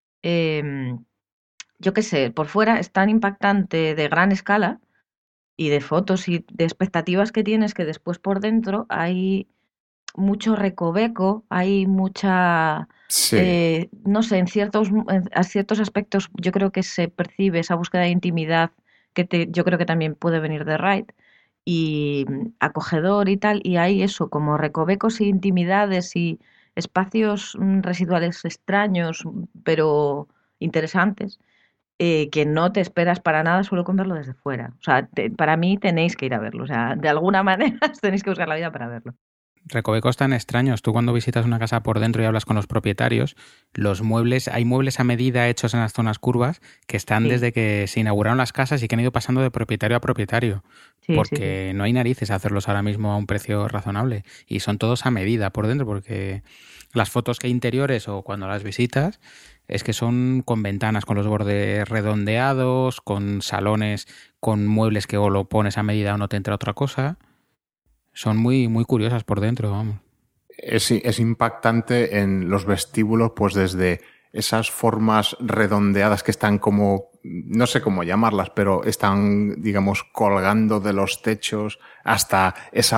yo qué sé, por fuera es tan impactante de gran escala y de fotos y de expectativas que tienes, que después por dentro hay mucho recoveco, hay mucha... Sí. No sé, en ciertos aspectos yo creo que se percibe esa búsqueda de intimidad que yo creo que también puede venir de Wright, y acogedor y tal, y hay eso, como recovecos e intimidades y espacios residuales extraños, pero interesantes, que no te esperas para nada solo con verlo desde fuera. O sea, para mí tenéis que ir a verlo. O sea, de alguna manera tenéis que buscar la vida para verlo. Recovecos tan extraños. Tú cuando visitas una casa por dentro y hablas con los propietarios, los muebles, hay muebles a medida hechos en las zonas curvas que están desde que se inauguraron las casas y que han ido pasando de propietario a propietario. Porque no hay narices a hacerlos ahora mismo a un precio razonable. Y son todos a medida por dentro, porque las fotos que hay interiores o cuando las visitas es que son con ventanas, con los bordes redondeados, con salones, con muebles que o lo pones a medida o no te entra otra cosa. Son muy, muy curiosas por dentro, vamos. Es impactante en los vestíbulos, pues desde esas formas redondeadas que están como, no sé cómo llamarlas, pero están, digamos, colgando de los techos, hasta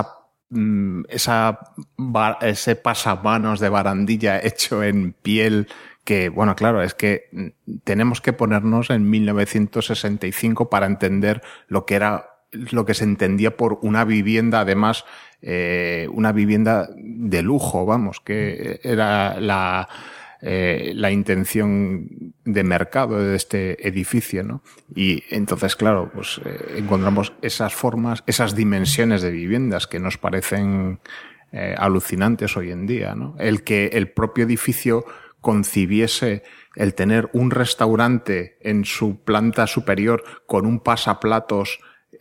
ese pasamanos de barandilla hecho en piel, que, bueno, claro, es que tenemos que ponernos en 1965 para entender lo que se entendía por una vivienda, además, una vivienda de lujo, vamos, que era la intención de mercado de este edificio, ¿no? Y entonces, claro, pues encontramos esas formas, esas dimensiones de viviendas que nos parecen alucinantes hoy en día, ¿no? El que el propio edificio concibiese el tener un restaurante en su planta superior con un pasaplatos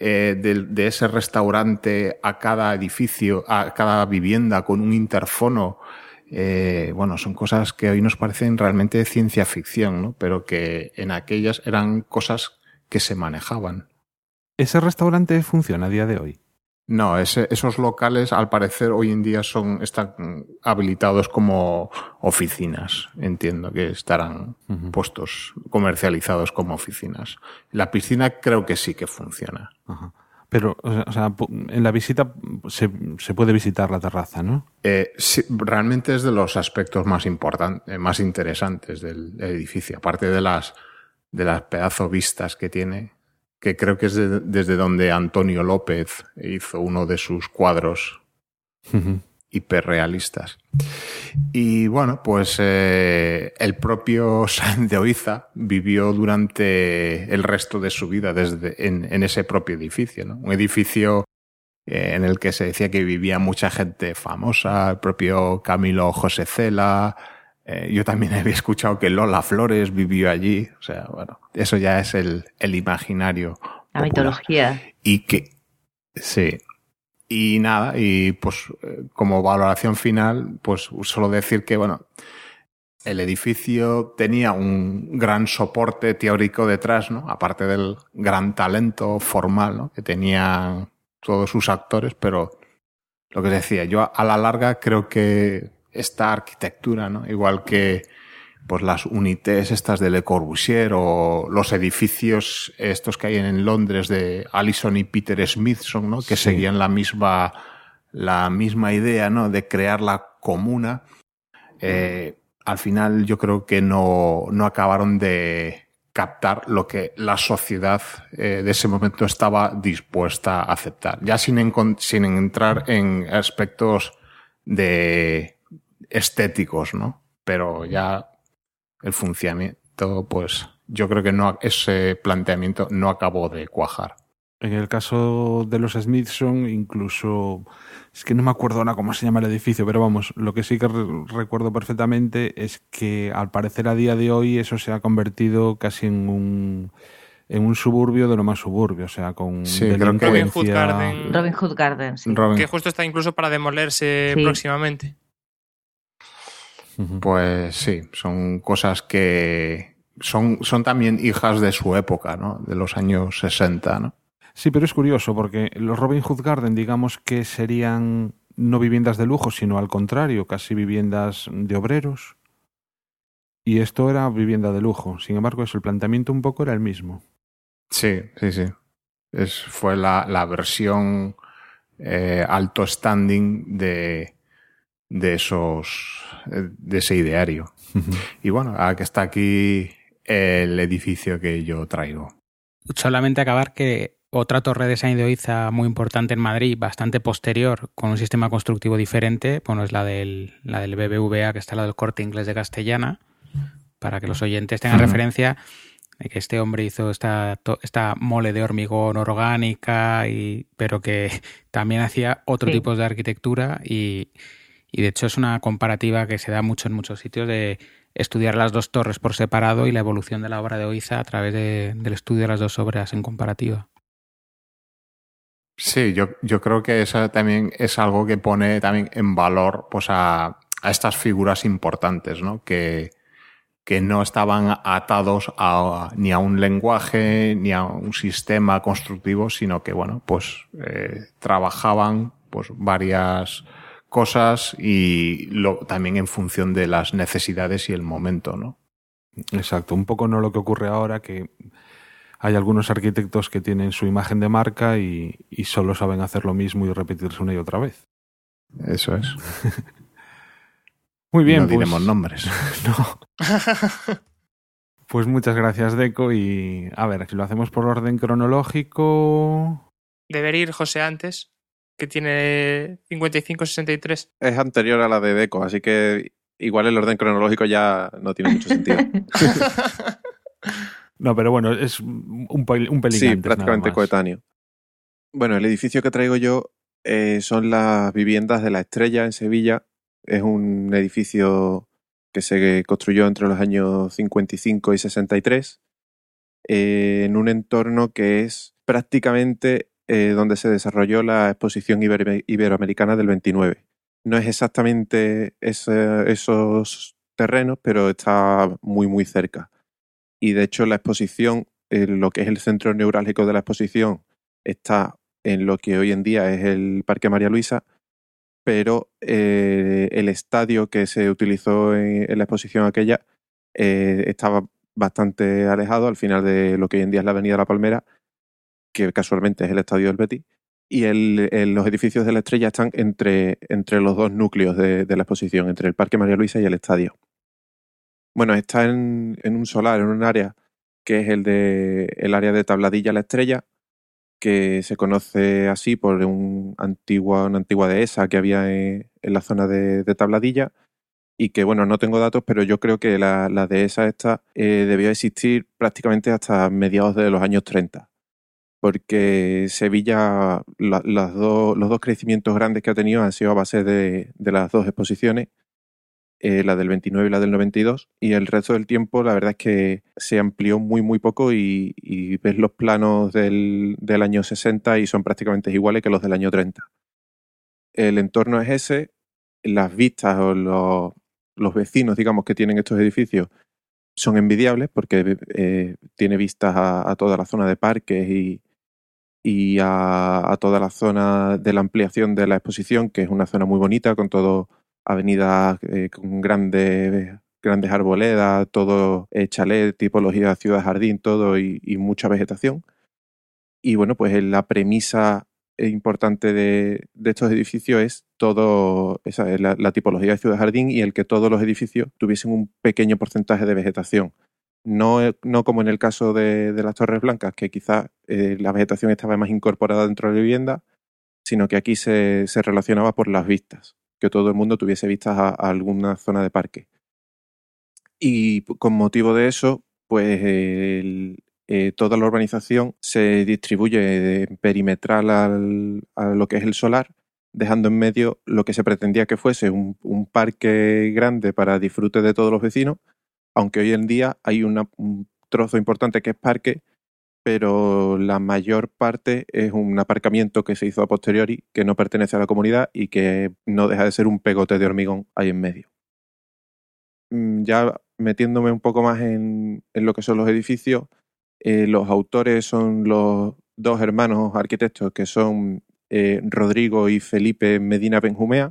de ese restaurante a cada edificio, a cada vivienda con un interfono, bueno, son cosas que hoy nos parecen realmente de ciencia ficción, ¿no? Pero que en aquellas eran cosas que se manejaban. ¿Ese restaurante funciona a día de hoy? No, esos locales al parecer hoy en día están habilitados como oficinas. Entiendo que estarán puestos, comercializados como oficinas. La piscina creo que sí que funciona. Ajá. Pero, o sea, en la visita se puede visitar la terraza, ¿no? Sí, realmente es de los aspectos más importantes, más interesantes del edificio. Aparte de las pedazo vistas que tiene, que creo que es desde donde Antonio López hizo uno de sus cuadros hiperrealistas. Y bueno, pues el propio Sáenz de Oiza vivió durante el resto de su vida en ese propio edificio, ¿no? Un edificio en el que se decía que vivía mucha gente famosa, el propio Camilo José Cela. Yo también había escuchado que Lola Flores vivió allí. O sea, bueno, eso ya es el imaginario la popular. Mitología. Y que, sí. Y nada, y pues como valoración final, pues solo decir que, bueno, el edificio tenía un gran soporte teórico detrás, ¿no? Aparte del gran talento formal, ¿no? Que tenían todos sus actores, pero lo que decía, yo a la larga creo que esta arquitectura, ¿no? Igual que pues las unités estas de Le Corbusier o los edificios estos que hay en Londres de Allison y Peter Smithson, ¿no? Que seguían la misma idea, ¿no? De crear la comuna. Al final yo creo que no acabaron de captar lo que la sociedad de ese momento estaba dispuesta a aceptar. Ya sin entrar en aspectos de estéticos, ¿no? Pero ya el funcionamiento, pues yo creo que ese planteamiento no acabó de cuajar. En el caso de los Smithson, incluso, es que no me acuerdo ahora cómo se llama el edificio, pero vamos, lo que sí que recuerdo perfectamente es que al parecer a día de hoy eso se ha convertido casi en un suburbio de lo más suburbio, o sea, con Robin Hood Garden. Robin Hood Garden, sí. Que justo está incluso para demolerse próximamente. Pues sí, son cosas que son también hijas de su época, ¿no? De los años 60, ¿no? Sí, pero es curioso porque los Robin Hood Garden, digamos que serían no viviendas de lujo, sino al contrario, casi viviendas de obreros. Y esto era vivienda de lujo. Sin embargo, el planteamiento un poco era el mismo. Sí. Fue la versión alto standing de ese ideario. Y bueno, que está aquí el edificio que yo traigo. Solamente acabar que otra torre de Sáenz de Oiza muy importante en Madrid, bastante posterior, con un sistema constructivo diferente, bueno, es la del BBVA, que está al lado del Corte Inglés de Castellana, para que los oyentes tengan referencia. que este hombre hizo esta mole de hormigón orgánica, pero que también hacía otro tipo de arquitectura y de hecho es una comparativa que se da mucho en muchos sitios de estudiar las dos torres por separado y la evolución de la obra de Oiza a través del estudio de las dos obras en comparativa. Sí, yo creo que eso también es algo que pone también en valor pues a estas figuras importantes, ¿no? Que no estaban atados ni a un lenguaje ni a un sistema constructivo, sino que bueno, pues trabajaban pues varias cosas y también en función de las necesidades y el momento, ¿no? Exacto, un poco no lo que ocurre ahora, que hay algunos arquitectos que tienen su imagen de marca y solo saben hacer lo mismo y repetirse una y otra vez. Eso es. Muy bien, no diremos nombres. No. Pues muchas gracias, Deco. Y a ver, si lo hacemos por orden cronológico... Debería ir José antes, que tiene 55-63. Es anterior a la de Deco, así que igual el orden cronológico ya no tiene mucho sentido. No, pero bueno, es un pelín sí, antes, prácticamente coetáneo. Bueno, el edificio que traigo yo son las viviendas de La Estrella en Sevilla. Es un edificio que se construyó entre los años 55 y 63 en un entorno que es prácticamente donde se desarrolló la exposición iberoamericana del 29. No es exactamente esos terrenos, pero está muy, muy cerca. Y de hecho la exposición, lo que es el centro neurálgico de la exposición, está en lo que hoy en día es el Parque María Luisa, pero el estadio que se utilizó en la exposición aquella estaba bastante alejado, al final de lo que hoy en día es la Avenida La Palmera, que casualmente es el estadio del Betis, y los edificios de La Estrella están entre los dos núcleos de la exposición, entre el Parque María Luisa y el estadio. Bueno, está en un solar, en un área que es el área de Tabladilla La Estrella, que se conoce así por una antigua dehesa que había en la zona de Tabladilla, y que, bueno, no tengo datos, pero yo creo que la dehesa esta debió existir prácticamente hasta mediados de los años 30, porque Sevilla, los dos crecimientos grandes que ha tenido han sido a base de las dos exposiciones, la del 29 y la del 92, y el resto del tiempo la verdad es que se amplió muy muy poco y ves los planos del año 60 y son prácticamente iguales que los del año 30. El entorno es ese, las vistas o los vecinos, digamos, que tienen estos edificios son envidiables porque tiene vistas a toda la zona de parques y a toda la zona de la ampliación de la exposición, que es una zona muy bonita con todo avenidas con grandes arboledas, todo chalet, tipología ciudad-jardín, todo y mucha vegetación. Y bueno, pues la premisa importante de estos edificios es todo la tipología de ciudad-jardín y el que todos los edificios tuviesen un pequeño porcentaje de vegetación. No como en el caso de las Torres Blancas, que quizás la vegetación estaba más incorporada dentro de la vivienda, sino que aquí se relacionaba por las vistas, que todo el mundo tuviese vistas a alguna zona de parque. Y con motivo de eso, pues toda la urbanización se distribuye perimetral a lo que es el solar, dejando en medio lo que se pretendía que fuese un parque grande para disfrute de todos los vecinos, aunque hoy en día hay un trozo importante que es parque, pero la mayor parte es un aparcamiento que se hizo a posteriori, que no pertenece a la comunidad y que no deja de ser un pegote de hormigón ahí en medio. Ya metiéndome un poco más en lo que son los edificios, los autores son los dos hermanos arquitectos que son Rodrigo y Felipe Medina Benjumea,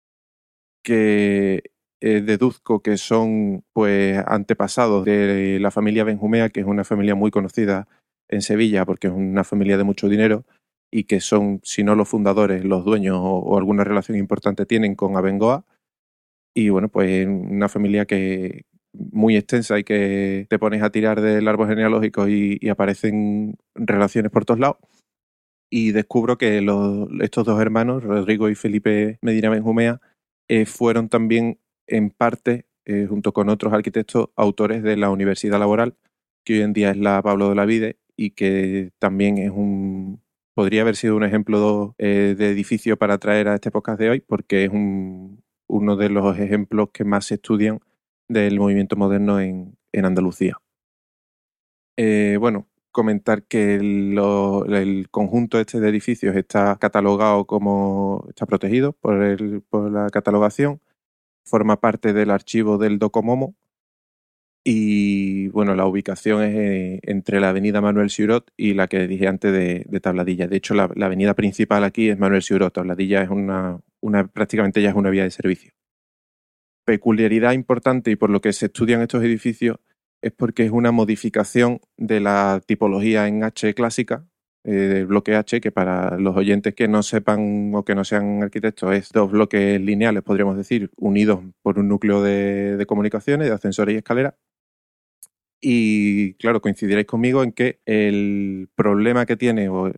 que deduzco que son pues antepasados de la familia Benjumea, que es una familia muy conocida en Sevilla porque es una familia de mucho dinero y que son, si no los fundadores, los dueños o alguna relación importante tienen con Abengoa. Y bueno, pues una familia que muy extensa y que te pones a tirar del árbol genealógico y aparecen relaciones por todos lados. Y descubro que estos dos hermanos, Rodrigo y Felipe Medina Benjumea, fueron también en parte, junto con otros arquitectos, autores de la Universidad Laboral, que hoy en día es la Pablo de Olavide y que también es podría haber sido un ejemplo de edificio para traer a este podcast de hoy, porque es uno de los ejemplos que más se estudian del movimiento moderno en Andalucía. Bueno, comentar que el conjunto este de edificios está catalogado está protegido por la catalogación, forma parte del archivo del Docomomo y bueno, la ubicación es entre la avenida Manuel Siurot y la que dije antes de Tabladilla. De hecho, la avenida principal aquí es Manuel Siurot, Tabladilla es prácticamente ya es una vía de servicio. Peculiaridad importante y por lo que se estudian estos edificios es porque es una modificación de la tipología en H clásica, del bloque H, que para los oyentes que no sepan o que no sean arquitectos es 2 bloques lineales, podríamos decir, unidos por un núcleo de comunicaciones, de ascensores y escaleras. Y claro, coincidiréis conmigo en que el problema que tiene no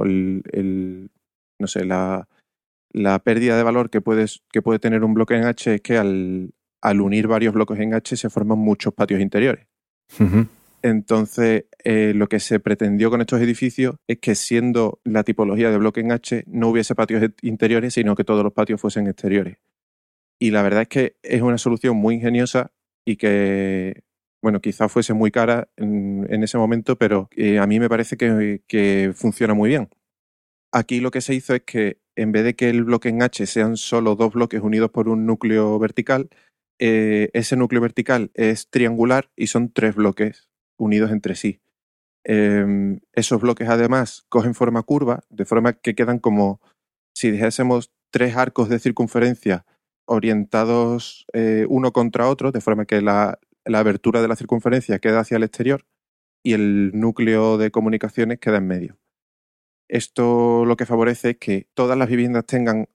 sé, la pérdida de valor que puede tener un bloque en H es que al unir varios bloques en H se forman muchos patios interiores. Uh-huh. Entonces, lo que se pretendió con estos edificios es que, siendo la tipología de bloque en H, no hubiese patios interiores, sino que todos los patios fuesen exteriores. Y la verdad es que es una solución muy ingeniosa y que, bueno, quizás fuese muy cara en ese momento, pero a mí me parece que funciona muy bien. Aquí lo que se hizo es que, en vez de que el bloque en H sean solo 2 bloques unidos por un núcleo vertical, ese núcleo vertical es triangular y son 3 bloques unidos entre sí. Esos bloques además cogen forma curva, de forma que quedan como si dijésemos 3 arcos de circunferencia orientados uno contra otro, de forma que la abertura de la circunferencia queda hacia el exterior y el núcleo de comunicaciones queda en medio. Esto lo que favorece es que todas las viviendas tengan,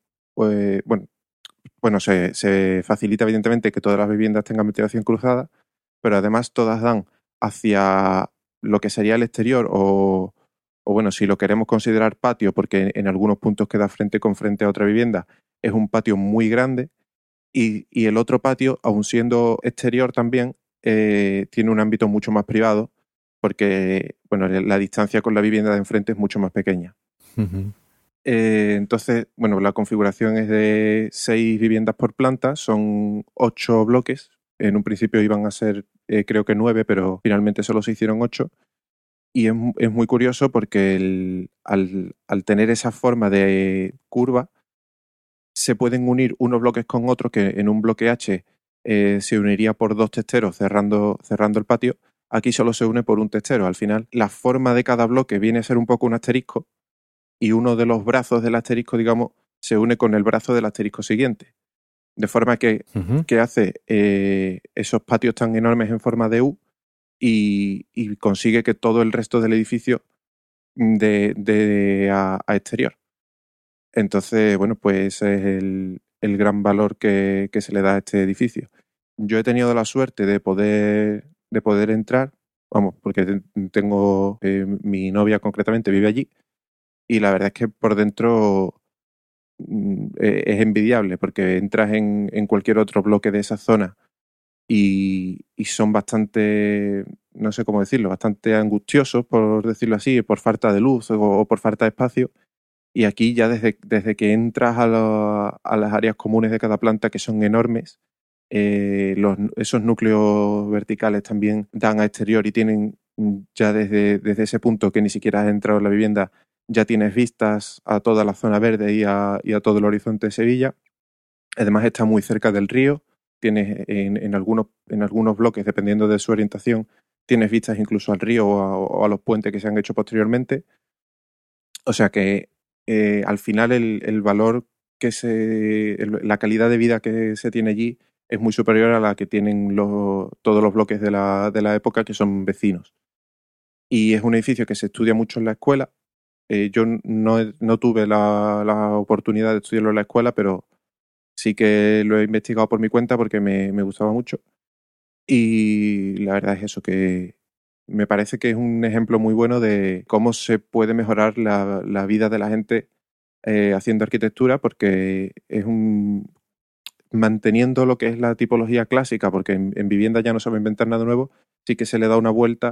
se facilita evidentemente que todas las viviendas tengan ventilación cruzada, pero además todas dan hacia lo que sería el exterior o bueno, si lo queremos considerar patio, porque en algunos puntos queda frente con frente a otra vivienda, es un patio muy grande y el otro patio, aun siendo exterior también, tiene un ámbito mucho más privado porque bueno, la distancia con la vivienda de enfrente es mucho más pequeña. Uh-huh. Entonces, bueno, la configuración es de 6 viviendas por planta, son 8 bloques. En un principio iban a ser, creo que 9, pero finalmente solo se hicieron 8. Y es muy curioso porque al tener esa forma de curva, se pueden unir unos bloques con otros que en un bloque H se uniría por 2 testeros cerrando el patio. Aquí solo se une por un testero. Al final, la forma de cada bloque viene a ser un poco un asterisco y uno de los brazos del asterisco, digamos, se une con el brazo del asterisco siguiente. De forma que hace esos patios tan enormes en forma de U y consigue que todo el resto del edificio a exterior. Entonces, bueno, pues ese es el gran valor que se le da a este edificio. Yo he tenido la suerte de poder entrar, vamos, porque tengo mi novia concretamente vive allí y la verdad es que por dentro es envidiable porque entras en cualquier otro bloque de esa zona y son bastante, no sé cómo decirlo, bastante angustiosos, por decirlo así, por falta de luz o por falta de espacio. Y aquí ya desde que entras a las áreas comunes de cada planta, que son enormes, esos núcleos verticales también dan a exterior y tienen ya desde ese punto que ni siquiera has entrado en la vivienda, ya tienes vistas a toda la zona verde y a todo el horizonte de Sevilla. Además está muy cerca del río, tienes en algunos bloques, dependiendo de su orientación, tienes vistas incluso al río o a los puentes que se han hecho posteriormente. O sea que al final el valor la calidad de vida que se tiene allí es muy superior a la que tienen todos los bloques de la época, que son vecinos. Y es un edificio que se estudia mucho en la escuela. Yo no tuve la oportunidad de estudiarlo en la escuela, pero sí que lo he investigado por mi cuenta porque me gustaba mucho. Y la verdad es eso, que me parece que es un ejemplo muy bueno de cómo se puede mejorar la vida de la gente haciendo arquitectura, porque es manteniendo lo que es la tipología clásica, porque en vivienda ya no se va a inventar nada nuevo, sí que se le da una vuelta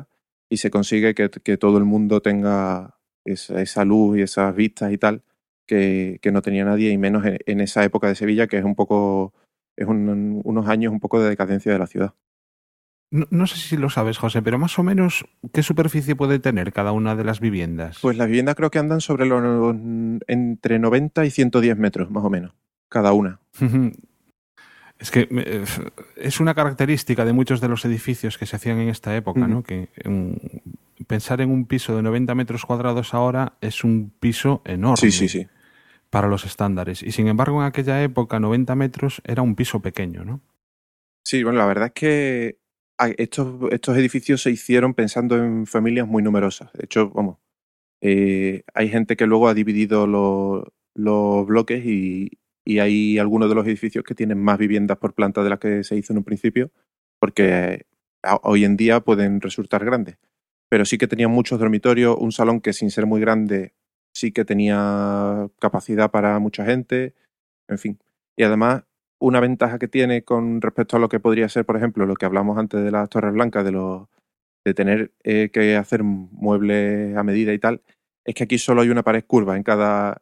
y se consigue que todo el mundo tenga esa luz y esas vistas y tal que no tenía nadie, y menos en esa época de Sevilla, que es un poco, unos años un poco de decadencia de la ciudad. No sé si lo sabes, José, pero más o menos, ¿qué superficie puede tener cada una de las viviendas? Pues las viviendas creo que andan sobre entre 90 y 110 metros, más o menos, cada una. Es que es una característica de muchos de los edificios que se hacían en esta época, ¿no? Que pensar en un piso de 90 metros cuadrados ahora es un piso enorme. Sí. Para los estándares. Y sin embargo, en aquella época, 90 metros era un piso pequeño, ¿no? Sí, bueno, la verdad es que estos edificios se hicieron pensando en familias muy numerosas. De hecho, hay gente que luego ha dividido los bloques y hay algunos de los edificios que tienen más viviendas por planta de las que se hizo en un principio, porque hoy en día pueden resultar grandes. Pero sí que tenían muchos dormitorios, un salón que sin ser muy grande sí que tenía capacidad para mucha gente, en fin. Y además, una ventaja que tiene con respecto a lo que podría ser, por ejemplo, lo que hablamos antes de las Torres Blancas, de tener que hacer muebles a medida y tal, es que aquí solo hay una pared curva en cada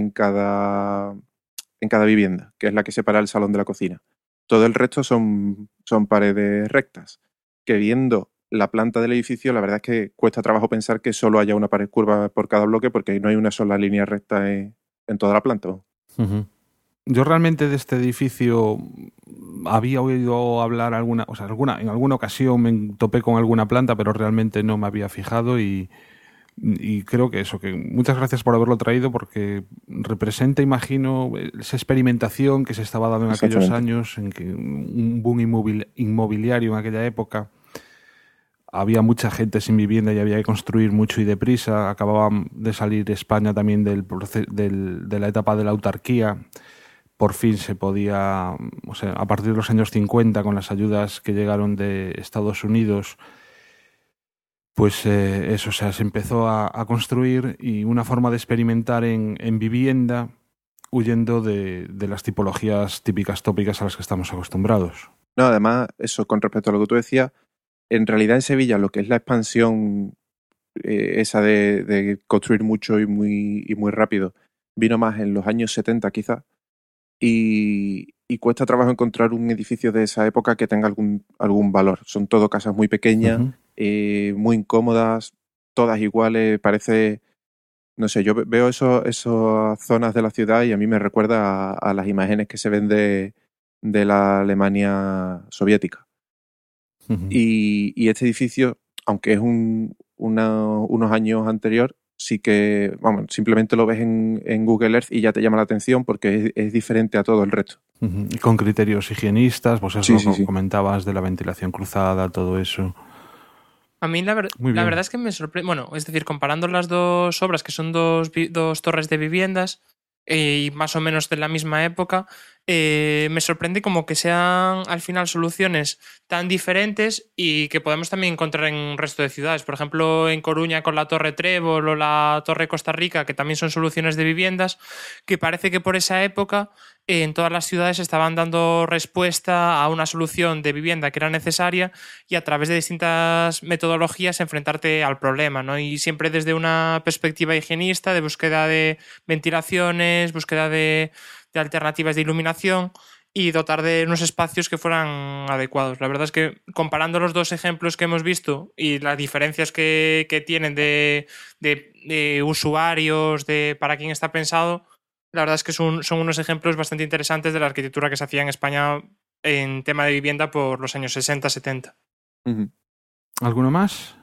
vivienda, que es la que separa el salón de la cocina. Todo el resto son paredes rectas, que viendo la planta del edificio, la verdad es que cuesta trabajo pensar que solo haya una pared curva por cada bloque, porque no hay una sola línea recta en toda la planta. Uh-huh. Yo realmente de este edificio había oído hablar en alguna ocasión me topé con alguna planta, pero realmente no me había fijado y creo que muchas gracias por haberlo traído, porque representa, imagino, esa experimentación que se estaba dando en aquellos años, en que un boom inmobiliario en aquella época. Había mucha gente sin vivienda y había que construir mucho y deprisa. Acababa de salir España también de la etapa de la autarquía. Por fin se podía, a partir de los años 50, con las ayudas que llegaron de Estados Unidos, pues se empezó a construir, y una forma de experimentar en vivienda, huyendo de las tipologías típicas tópicas a las que estamos acostumbrados. No, además, eso con respecto a lo que tú decías, en realidad en Sevilla lo que es la expansión esa de construir mucho y muy rápido vino más en los años 70 quizás, y cuesta trabajo encontrar un edificio de esa época que tenga algún valor. Son todo casas muy pequeñas, muy incómodas, todas iguales. Parece, no sé, yo veo esas zonas de la ciudad y a mí me recuerda a las imágenes que se ven de la Alemania soviética. Uh-huh. Y este edificio, aunque es unos años anterior, sí que, simplemente lo ves en Google Earth y ya te llama la atención, porque es diferente a todo el resto. Uh-huh. Y con criterios higienistas, pues eso sí. Comentabas de la ventilación cruzada, todo eso. A mí la verdad es que me sorprende, es decir, comparando las dos obras, que son dos torres de viviendas, y más o menos de la misma época, me sorprende como que sean al final soluciones tan diferentes y que podemos también encontrar en el resto de ciudades. Por ejemplo, en Coruña con la Torre Trébol o la Torre Costa Rica, que también son soluciones de viviendas, que parece que por esa época en todas las ciudades estaban dando respuesta a una solución de vivienda que era necesaria, y a través de distintas metodologías enfrentarte al problema, ¿no? Y siempre desde una perspectiva higienista, de búsqueda de ventilaciones, búsqueda de alternativas de iluminación y dotar de unos espacios que fueran adecuados. La verdad es que comparando los dos ejemplos que hemos visto y las diferencias que tienen de usuarios, de para quién está pensado, la verdad es que son unos ejemplos bastante interesantes de la arquitectura que se hacía en España en tema de vivienda por los años 60-70. Uh-huh. ¿Alguno más?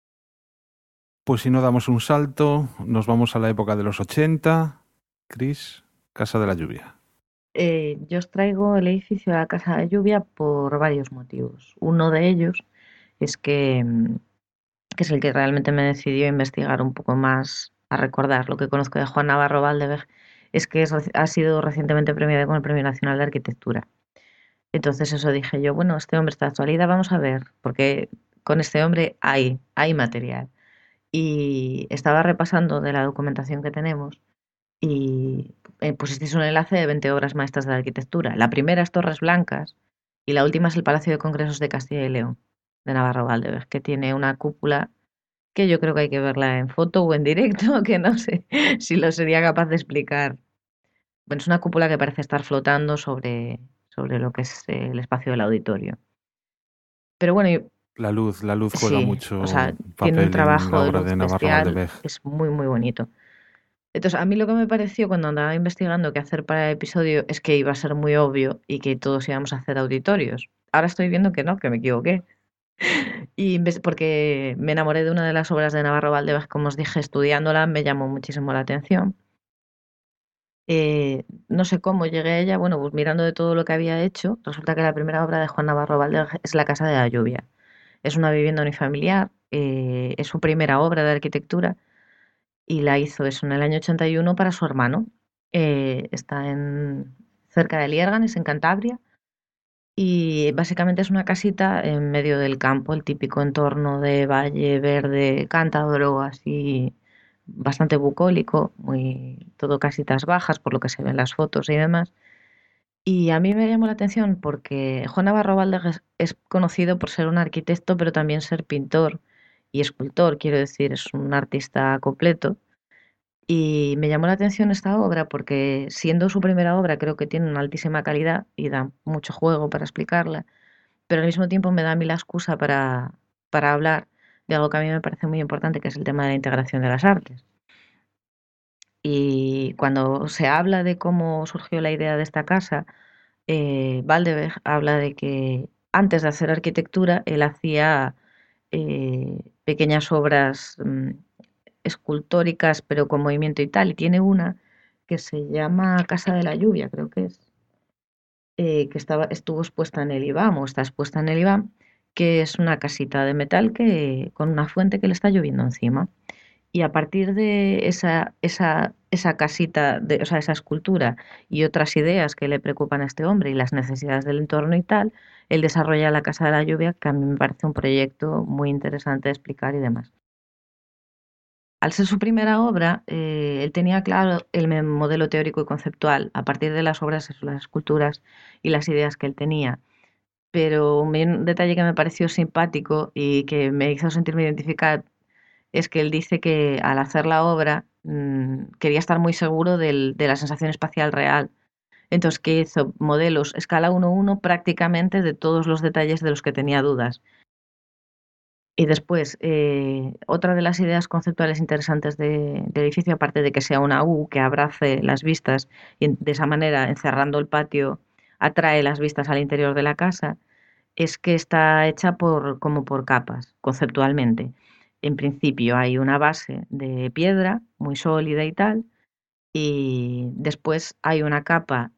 Pues si no damos un salto, nos vamos a la época de los 80. Cris, Casa de la Lluvia. Yo os traigo el edificio de la Casa de la Lluvia por varios motivos. Uno de ellos es que es el que realmente me decidió a investigar un poco más, a recordar lo que conozco de Juan Navarro Valdeveg, es que ha sido recientemente premiado con el Premio Nacional de Arquitectura. Entonces eso dije yo, este hombre está de actualidad, vamos a ver, porque con este hombre hay material. Y estaba repasando de la documentación que tenemos y pusisteis un enlace de 20 obras maestras de la arquitectura. La primera es Torres Blancas y la última es el Palacio de Congresos de Castilla y León, de Navarro Valdeveg, que tiene una cúpula que yo creo que hay que verla en foto o en directo, que no sé si lo sería capaz de explicar. Bueno, es una cúpula que parece estar flotando sobre lo que es el espacio del auditorio. Pero bueno, La luz juega sí, mucho o sea, papel tiene un trabajo en la de obra luz de Navarro bestial, Valdevej. es muy, muy bonito. Entonces, a mí lo que me pareció cuando andaba investigando qué hacer para el episodio es que iba a ser muy obvio y que todos íbamos a hacer auditorios. Ahora estoy viendo que no, que me equivoqué. Porque me enamoré de una de las obras de Navarro Valdevej, como os dije, estudiándola, me llamó muchísimo la atención. No sé cómo llegué a ella, bueno, pues mirando de todo lo que había hecho, resulta que la primera obra de Juan Navarro Valdevej es La Casa de la Lluvia. Es una vivienda unifamiliar, es su primera obra de arquitectura y la hizo eso en el año 81 para su hermano. Está cerca de Liérganes, en Cantabria, y básicamente es una casita en medio del campo, el típico entorno de valle verde cántabro, así bastante bucólico, todo casitas bajas, por lo que se ven las fotos y demás. Y a mí me llamó la atención porque Juan Navarro Valdevej es conocido por ser un arquitecto, pero también ser pintor y escultor, quiero decir, es un artista completo. Y me llamó la atención esta obra porque, siendo su primera obra, creo que tiene una altísima calidad y da mucho juego para explicarla, pero al mismo tiempo me da a mí la excusa para hablar de algo que a mí me parece muy importante, que es el tema de la integración de las artes. Y cuando se habla de cómo surgió la idea de esta casa, Valdevej habla de que antes de hacer arquitectura él hacía pequeñas obras escultóricas, pero con movimiento y tal, y tiene una que se llama Casa de la Lluvia, creo que es, que estuvo expuesta en el IBAM, o está expuesta en el IBAM, que es una casita de metal con una fuente que le está lloviendo encima. Y a partir de esa casita, o sea, esa escultura y otras ideas que le preocupan a este hombre y las necesidades del entorno y tal, él desarrolla la Casa de la Lluvia, que a mí me parece un proyecto muy interesante de explicar y demás. Al ser su primera obra, él tenía claro el modelo teórico y conceptual a partir de las obras, las esculturas y las ideas que él tenía. Pero un detalle que me pareció simpático y que me hizo sentirme identificada es que él dice que al hacer la obra quería estar muy seguro de la sensación espacial real. Entonces, que hizo modelos escala 1:1 prácticamente de todos los detalles de los que tenía dudas. Y después, otra de las ideas conceptuales interesantes del edificio, aparte de que sea una U que abrace las vistas y de esa manera, encerrando el patio, atrae las vistas al interior de la casa, es que está hecha como por capas, conceptualmente. En principio hay una base de piedra muy sólida y tal, y después hay una capa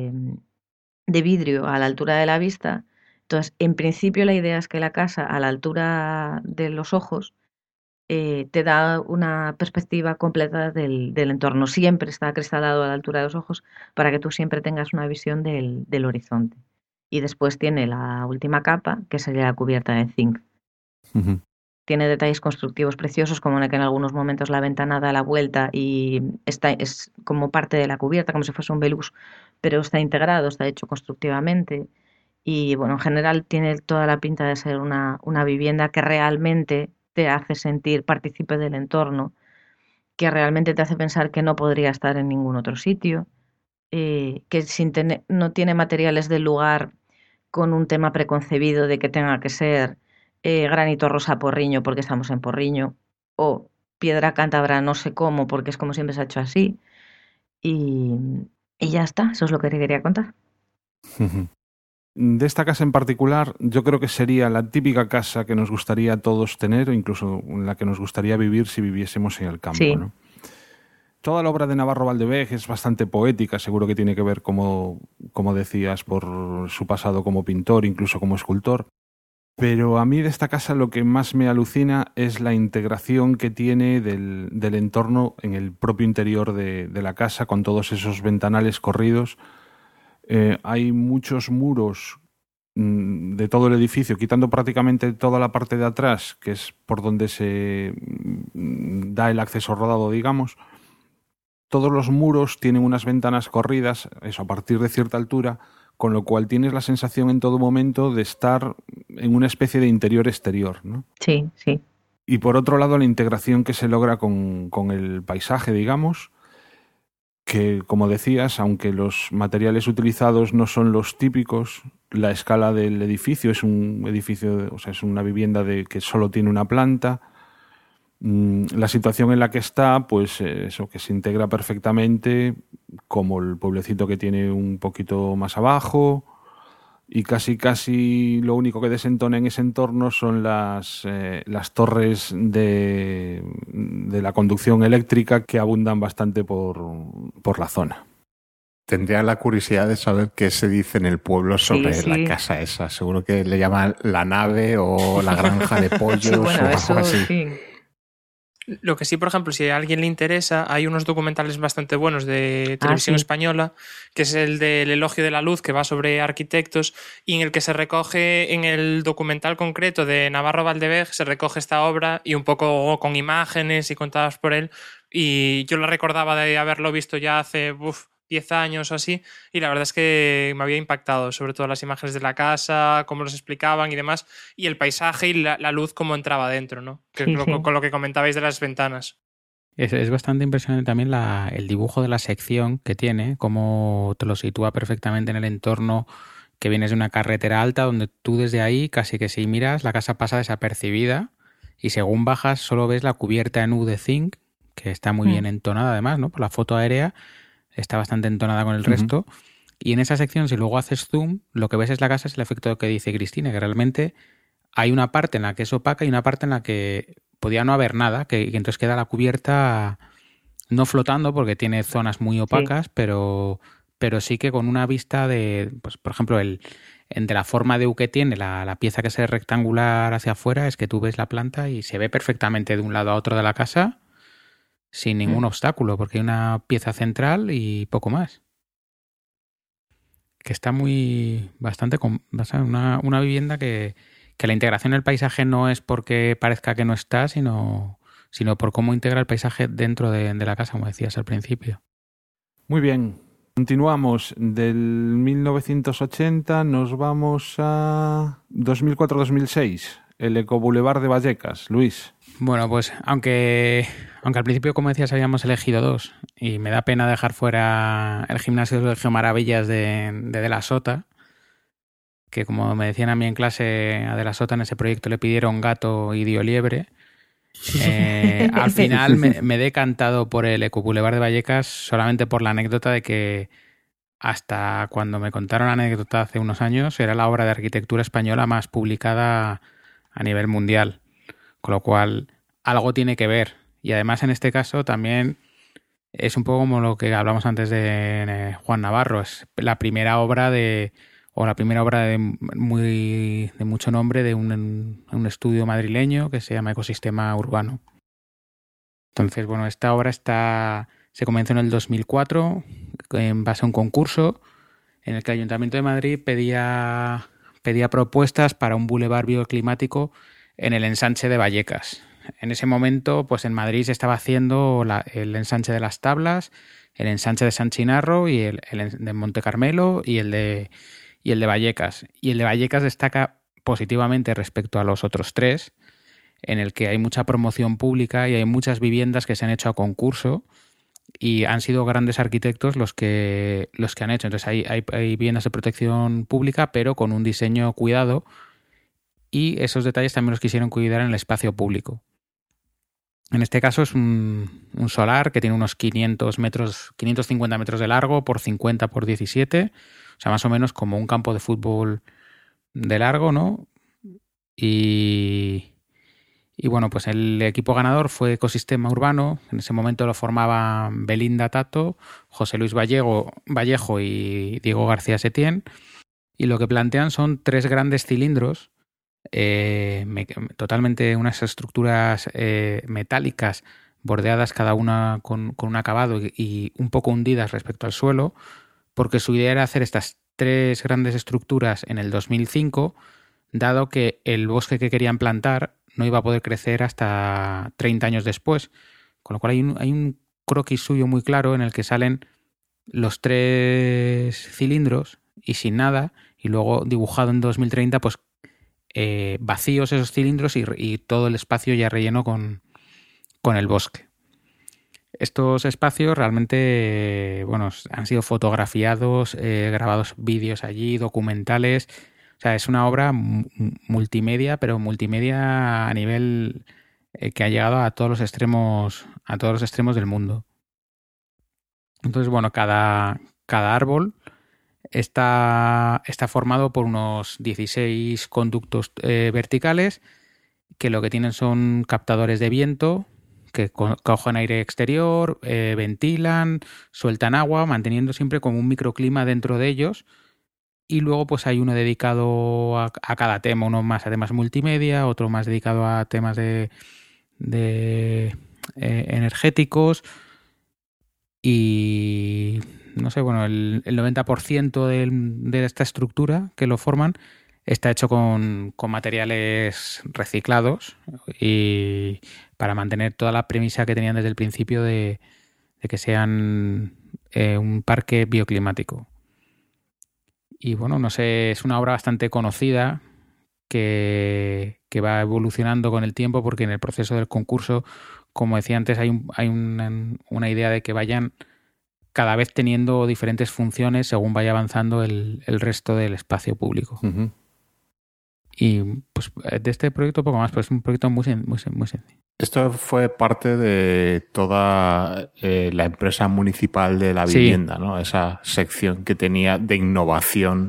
de vidrio a la altura de la vista. Entonces, en principio la idea es que la casa a la altura de los ojos te da una perspectiva completa del entorno. Siempre está acristalado a la altura de los ojos para que tú siempre tengas una visión del horizonte. Y después tiene la última capa, que sería la cubierta de zinc. Uh-huh. Tiene detalles constructivos preciosos, como que en algunos momentos la ventana da la vuelta y es como parte de la cubierta, como si fuese un veluz, pero está integrado, está hecho constructivamente. Y bueno, en general tiene toda la pinta de ser una vivienda que realmente te hace sentir partícipe del entorno, que realmente te hace pensar que no podría estar en ningún otro sitio, que no tiene materiales del lugar con un tema preconcebido de que tenga que ser granito rosa Porriño porque estamos en Porriño, o piedra cántabra no sé cómo porque es como siempre se ha hecho así. Y ya está, eso es lo que te quería contar. De esta casa en particular, yo creo que sería la típica casa que nos gustaría a todos tener, o incluso la que nos gustaría vivir si viviésemos en el campo, sí. ¿no? Toda la obra de Navarro Valdevej es bastante poética, seguro que tiene que ver, como decías, por su pasado como pintor, incluso como escultor. Pero a mí de esta casa lo que más me alucina es la integración que tiene del entorno en el propio interior de la casa, con todos esos ventanales corridos. Hay muchos muros de todo el edificio, quitando prácticamente toda la parte de atrás, que es por donde se da el acceso rodado, digamos. Todos los muros tienen unas ventanas corridas, eso a partir de cierta altura, con lo cual tienes la sensación en todo momento de estar en una especie de interior-exterior, ¿no? Sí, sí. Y por otro lado, la integración que se logra con el paisaje, digamos, que, como decías, aunque los materiales utilizados no son los típicos, la escala del edificio es un edificio, o sea, es una vivienda que solo tiene una planta. La situación en la que está, pues eso, que se integra perfectamente, como el pueblecito que tiene un poquito más abajo, y casi lo único que desentona en ese entorno son las torres de la conducción eléctrica, que abundan bastante por la zona. Tendría la curiosidad de saber qué se dice en el pueblo sobre la casa esa. Seguro que le llaman la nave o la granja de pollos o algo así. Sí. Lo que sí, por ejemplo, si a alguien le interesa, hay unos documentales bastante buenos de televisión española, que es el del Elogio de la Luz, que va sobre arquitectos, y en el que se recoge, en el documental concreto de Navarro Valdeveg, se recoge esta obra y un poco con imágenes y contadas por él, y yo la recordaba de haberlo visto ya hace 10 años o así, y la verdad es que me había impactado, sobre todo las imágenes de la casa, cómo los explicaban y demás, y el paisaje y la luz cómo entraba dentro, ¿no? Con lo que comentabais de las ventanas. Es bastante impresionante también el dibujo de la sección que tiene, cómo te lo sitúa perfectamente en el entorno, que vienes de una carretera alta donde tú desde ahí casi que si miras la casa pasa desapercibida y según bajas solo ves la cubierta en U de zinc, que está muy bien entonada además, ¿no? Por la foto aérea está bastante entonada con el resto. Y en esa sección, si luego haces zoom, lo que ves es la casa, es el efecto que dice Cristina, que realmente hay una parte en la que es opaca y una parte en la que podía no haber nada, que entonces queda la cubierta no flotando porque tiene zonas muy opacas, pero sí que con una vista de, pues por ejemplo, de la forma de U que tiene, la pieza que es rectangular hacia afuera, es que tú ves la planta y se ve perfectamente de un lado a otro de la casa sin ningún obstáculo, porque hay una pieza central y poco más. Que está una vivienda que la integración del paisaje no es porque parezca que no está, sino por cómo integra el paisaje dentro de la casa, como decías al principio. Muy bien. Continuamos. Del 1980 nos vamos a 2004-2006. El Ecoboulevard de Vallecas. Luis. Bueno, pues aunque al principio, como decías, habíamos elegido dos y me da pena dejar fuera el gimnasio de Geomaravillas de la Sota, que como me decían a mí en clase, a de la Sota en ese proyecto le pidieron gato y dio liebre. Al final me he decantado por el Ecoboulevard de Vallecas solamente por la anécdota de que hasta cuando me contaron la anécdota hace unos años era la obra de arquitectura española más publicada a nivel mundial. Con lo cual, algo tiene que ver. Y además, en este caso, también es un poco como lo que hablamos antes de Juan Navarro. Es la primera obra de mucho nombre de un estudio madrileño que se llama Ecosistema Urbano. Entonces, bueno, esta obra se comenzó en el 2004 en base a un concurso en el que el Ayuntamiento de Madrid pedía propuestas para un bulevar bioclimático en el ensanche de Vallecas. En ese momento, pues en Madrid se estaba haciendo el ensanche de Las Tablas, el ensanche de San Chinarro y el de Monte Carmelo y el de Vallecas. Y el de Vallecas destaca positivamente respecto a los otros tres, en el que hay mucha promoción pública y hay muchas viviendas que se han hecho a concurso y han sido grandes arquitectos los que han hecho. Entonces hay viviendas de protección pública, pero con un diseño cuidado. Y esos detalles también los quisieron cuidar en el espacio público. En este caso es un solar que tiene unos 550 metros de largo por 50 por 17. O sea, más o menos como un campo de fútbol de largo, ¿no? Y bueno, pues el equipo ganador fue Ecosistema Urbano. En ese momento lo formaban Belinda Tato, José Luis Vallejo y Diego García Setién. Y lo que plantean son 3 grandes cilindros, totalmente unas estructuras metálicas bordeadas cada una con un acabado y un poco hundidas respecto al suelo, porque su idea era hacer estas 3 grandes estructuras en el 2005, dado que el bosque que querían plantar no iba a poder crecer hasta 30 años después, con lo cual hay un croquis suyo muy claro en el que salen los 3 cilindros y sin nada, y luego dibujado en 2030 pues vacíos esos cilindros y todo el espacio ya relleno con el bosque. Estos espacios realmente, bueno, han sido fotografiados, grabados vídeos allí, documentales. O sea, es una obra multimedia, pero multimedia a nivel que ha llegado a todos los extremos del mundo. Entonces, bueno, cada árbol está formado por unos 16 conductos verticales que lo que tienen son captadores de viento que cogen aire exterior, ventilan, sueltan agua, manteniendo siempre como un microclima dentro de ellos. Y luego pues hay uno dedicado a cada tema, uno más a temas multimedia, otro más dedicado a temas de energéticos. Y no sé, bueno, el 90% de esta estructura que lo forman está hecho con materiales reciclados y para mantener toda la premisa que tenían desde el principio de que sean un parque bioclimático. Y bueno, no sé, es una obra bastante conocida que va evolucionando con el tiempo porque en el proceso del concurso, como decía antes, hay una idea de que vayan cada vez teniendo diferentes funciones según vaya avanzando el resto del espacio público. Uh-huh. Y pues de este proyecto poco más, pero es un proyecto muy sencillo. Esto fue parte de toda la empresa municipal de la vivienda, sí, ¿no? Esa sección que tenía de innovación,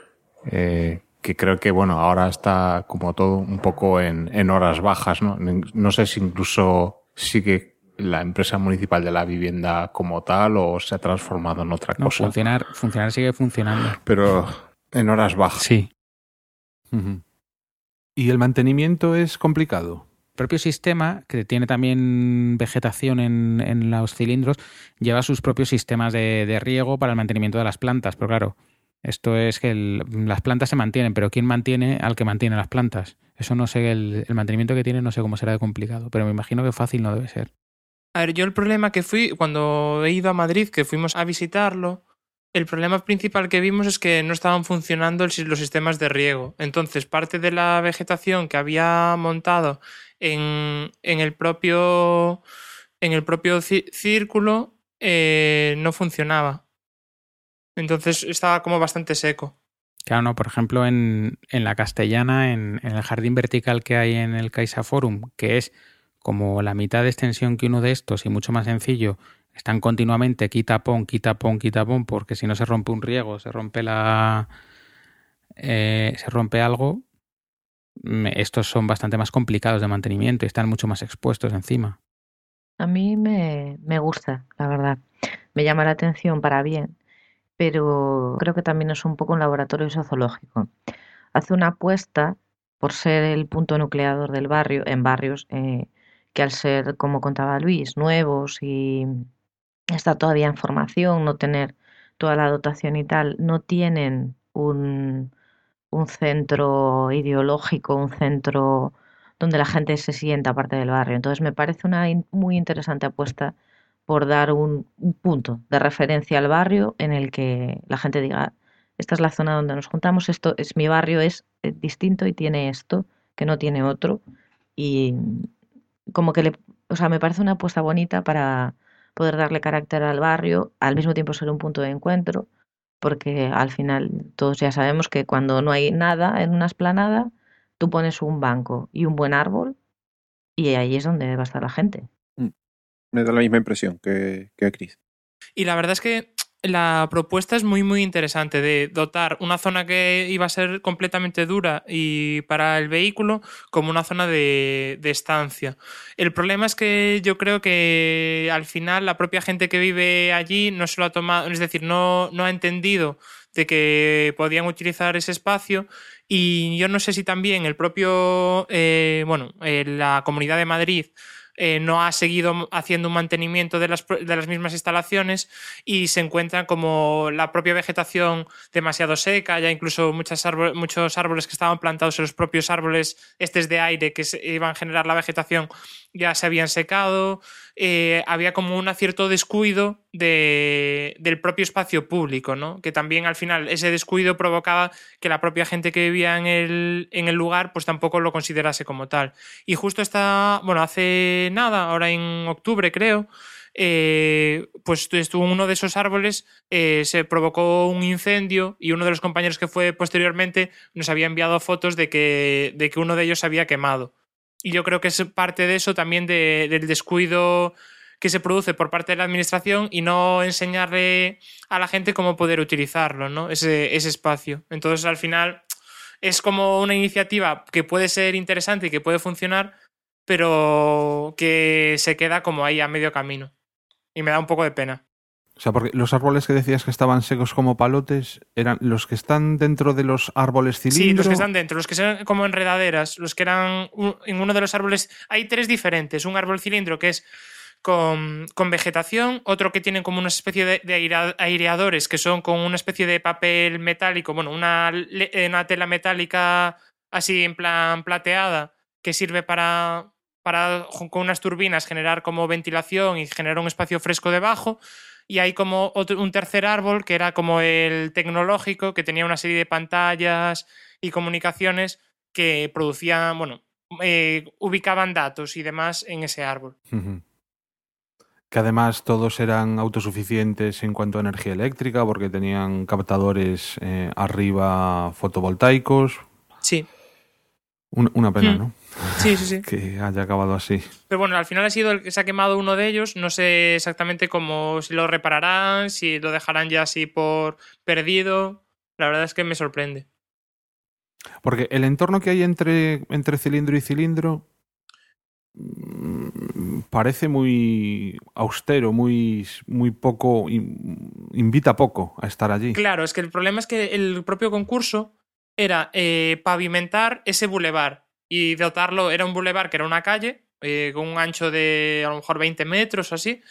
que creo que bueno, ahora está como todo un poco en horas bajas, ¿no? No sé si incluso sigue la empresa municipal de la vivienda como tal o se ha transformado en otra cosa. Funcionar sigue funcionando. Pero en horas bajas. Sí. Uh-huh. ¿Y el mantenimiento es complicado? El propio sistema, que tiene también vegetación en los cilindros, lleva sus propios sistemas de riego para el mantenimiento de las plantas. Pero claro, esto es que las plantas se mantienen, pero ¿quién mantiene al que mantiene las plantas? Eso no sé, el mantenimiento que tiene no sé cómo será de complicado, pero me imagino que fácil no debe ser. A ver, yo el problema que cuando he ido a Madrid, que fuimos a visitarlo, el problema principal que vimos es que no estaban funcionando los sistemas de riego. Entonces, parte de la vegetación que había montado en el propio círculo no funcionaba. Entonces estaba como bastante seco. Claro, no, por ejemplo, en la Castellana, en el jardín vertical que hay en el Caixa Forum, que es como la mitad de extensión que uno de estos y mucho más sencillo, están continuamente quita pon, porque si no se rompe un riego, se rompe algo. Estos son bastante más complicados de mantenimiento y están mucho más expuestos encima. A mí me gusta, la verdad. Me llama la atención para bien, pero creo que también es un poco un laboratorio sociológico. Hace una apuesta por ser el punto nucleador del barrio, en barrios que al ser, como contaba Luis, nuevos y está todavía en formación, no tener toda la dotación y tal, no tienen un centro ideológico, un centro donde la gente se sienta parte del barrio. Entonces me parece una muy interesante apuesta por dar un punto de referencia al barrio en el que la gente diga, esta es la zona donde nos juntamos, esto es mi barrio, es distinto y tiene esto que no tiene otro. Y como que me parece una apuesta bonita para poder darle carácter al barrio, al mismo tiempo ser un punto de encuentro, porque al final todos ya sabemos que cuando no hay nada en una explanada, tú pones un banco y un buen árbol y ahí es donde va a estar la gente. Me da la misma impresión que a Chris. Y la verdad es que la propuesta es muy, muy interesante de dotar una zona que iba a ser completamente dura y para el vehículo como una zona de estancia. El problema es que yo creo que al final la propia gente que vive allí no se lo ha tomado, es decir, no ha entendido de que podían utilizar ese espacio y yo no sé si también el propio, la Comunidad de Madrid no ha seguido haciendo un mantenimiento de las mismas instalaciones y se encuentran como la propia vegetación demasiado seca, ya incluso muchos árboles que estaban plantados en los propios árboles de aire que iban a generar la vegetación ya se habían secado, había como un cierto descuido del propio espacio público, ¿no? Que también al final ese descuido provocaba que la propia gente que vivía en el lugar pues tampoco lo considerase como tal. Y justo hace nada, ahora en octubre creo, pues estuvo uno de esos árboles, se provocó un incendio y uno de los compañeros que fue posteriormente nos había enviado fotos de que uno de ellos se había quemado. Y yo creo que es parte de eso también del descuido que se produce por parte de la administración y no enseñarle a la gente cómo poder utilizarlo, ¿no? Ese espacio. Entonces, al final, es como una iniciativa que puede ser interesante y que puede funcionar, pero que se queda como ahí a medio camino. Y me da un poco de pena. O sea, porque los árboles que decías que estaban secos como palotes, ¿eran los que están dentro de los árboles cilindro? Sí, los que están dentro, los que son como enredaderas, los que eran en uno de los árboles. Hay 3 diferentes. Un árbol cilindro que es con vegetación, otro que tienen como una especie de aireadores que son con una especie de papel metálico, bueno, una tela metálica así en plan plateada que sirve para con unas turbinas generar como ventilación y generar un espacio fresco debajo. Y hay como un tercer árbol que era como el tecnológico, que tenía una serie de pantallas y comunicaciones que producían, ubicaban datos y demás en ese árbol. Uh-huh. Que además todos eran autosuficientes en cuanto a energía eléctrica porque tenían captadores arriba fotovoltaicos. Sí. Una pena, ¿no? Sí. Que haya acabado así. Pero bueno, al final ha sido el que se ha quemado uno de ellos. No sé exactamente cómo, si lo repararán, si lo dejarán ya así por perdido. La verdad es que me sorprende. Porque el entorno que hay entre cilindro y cilindro parece muy austero, muy poco, invita poco a estar allí. Claro, es que el problema es que el propio concurso era pavimentar ese bulevar y dotarlo, era un bulevar que era una calle con un ancho de a lo mejor 20 metros o así,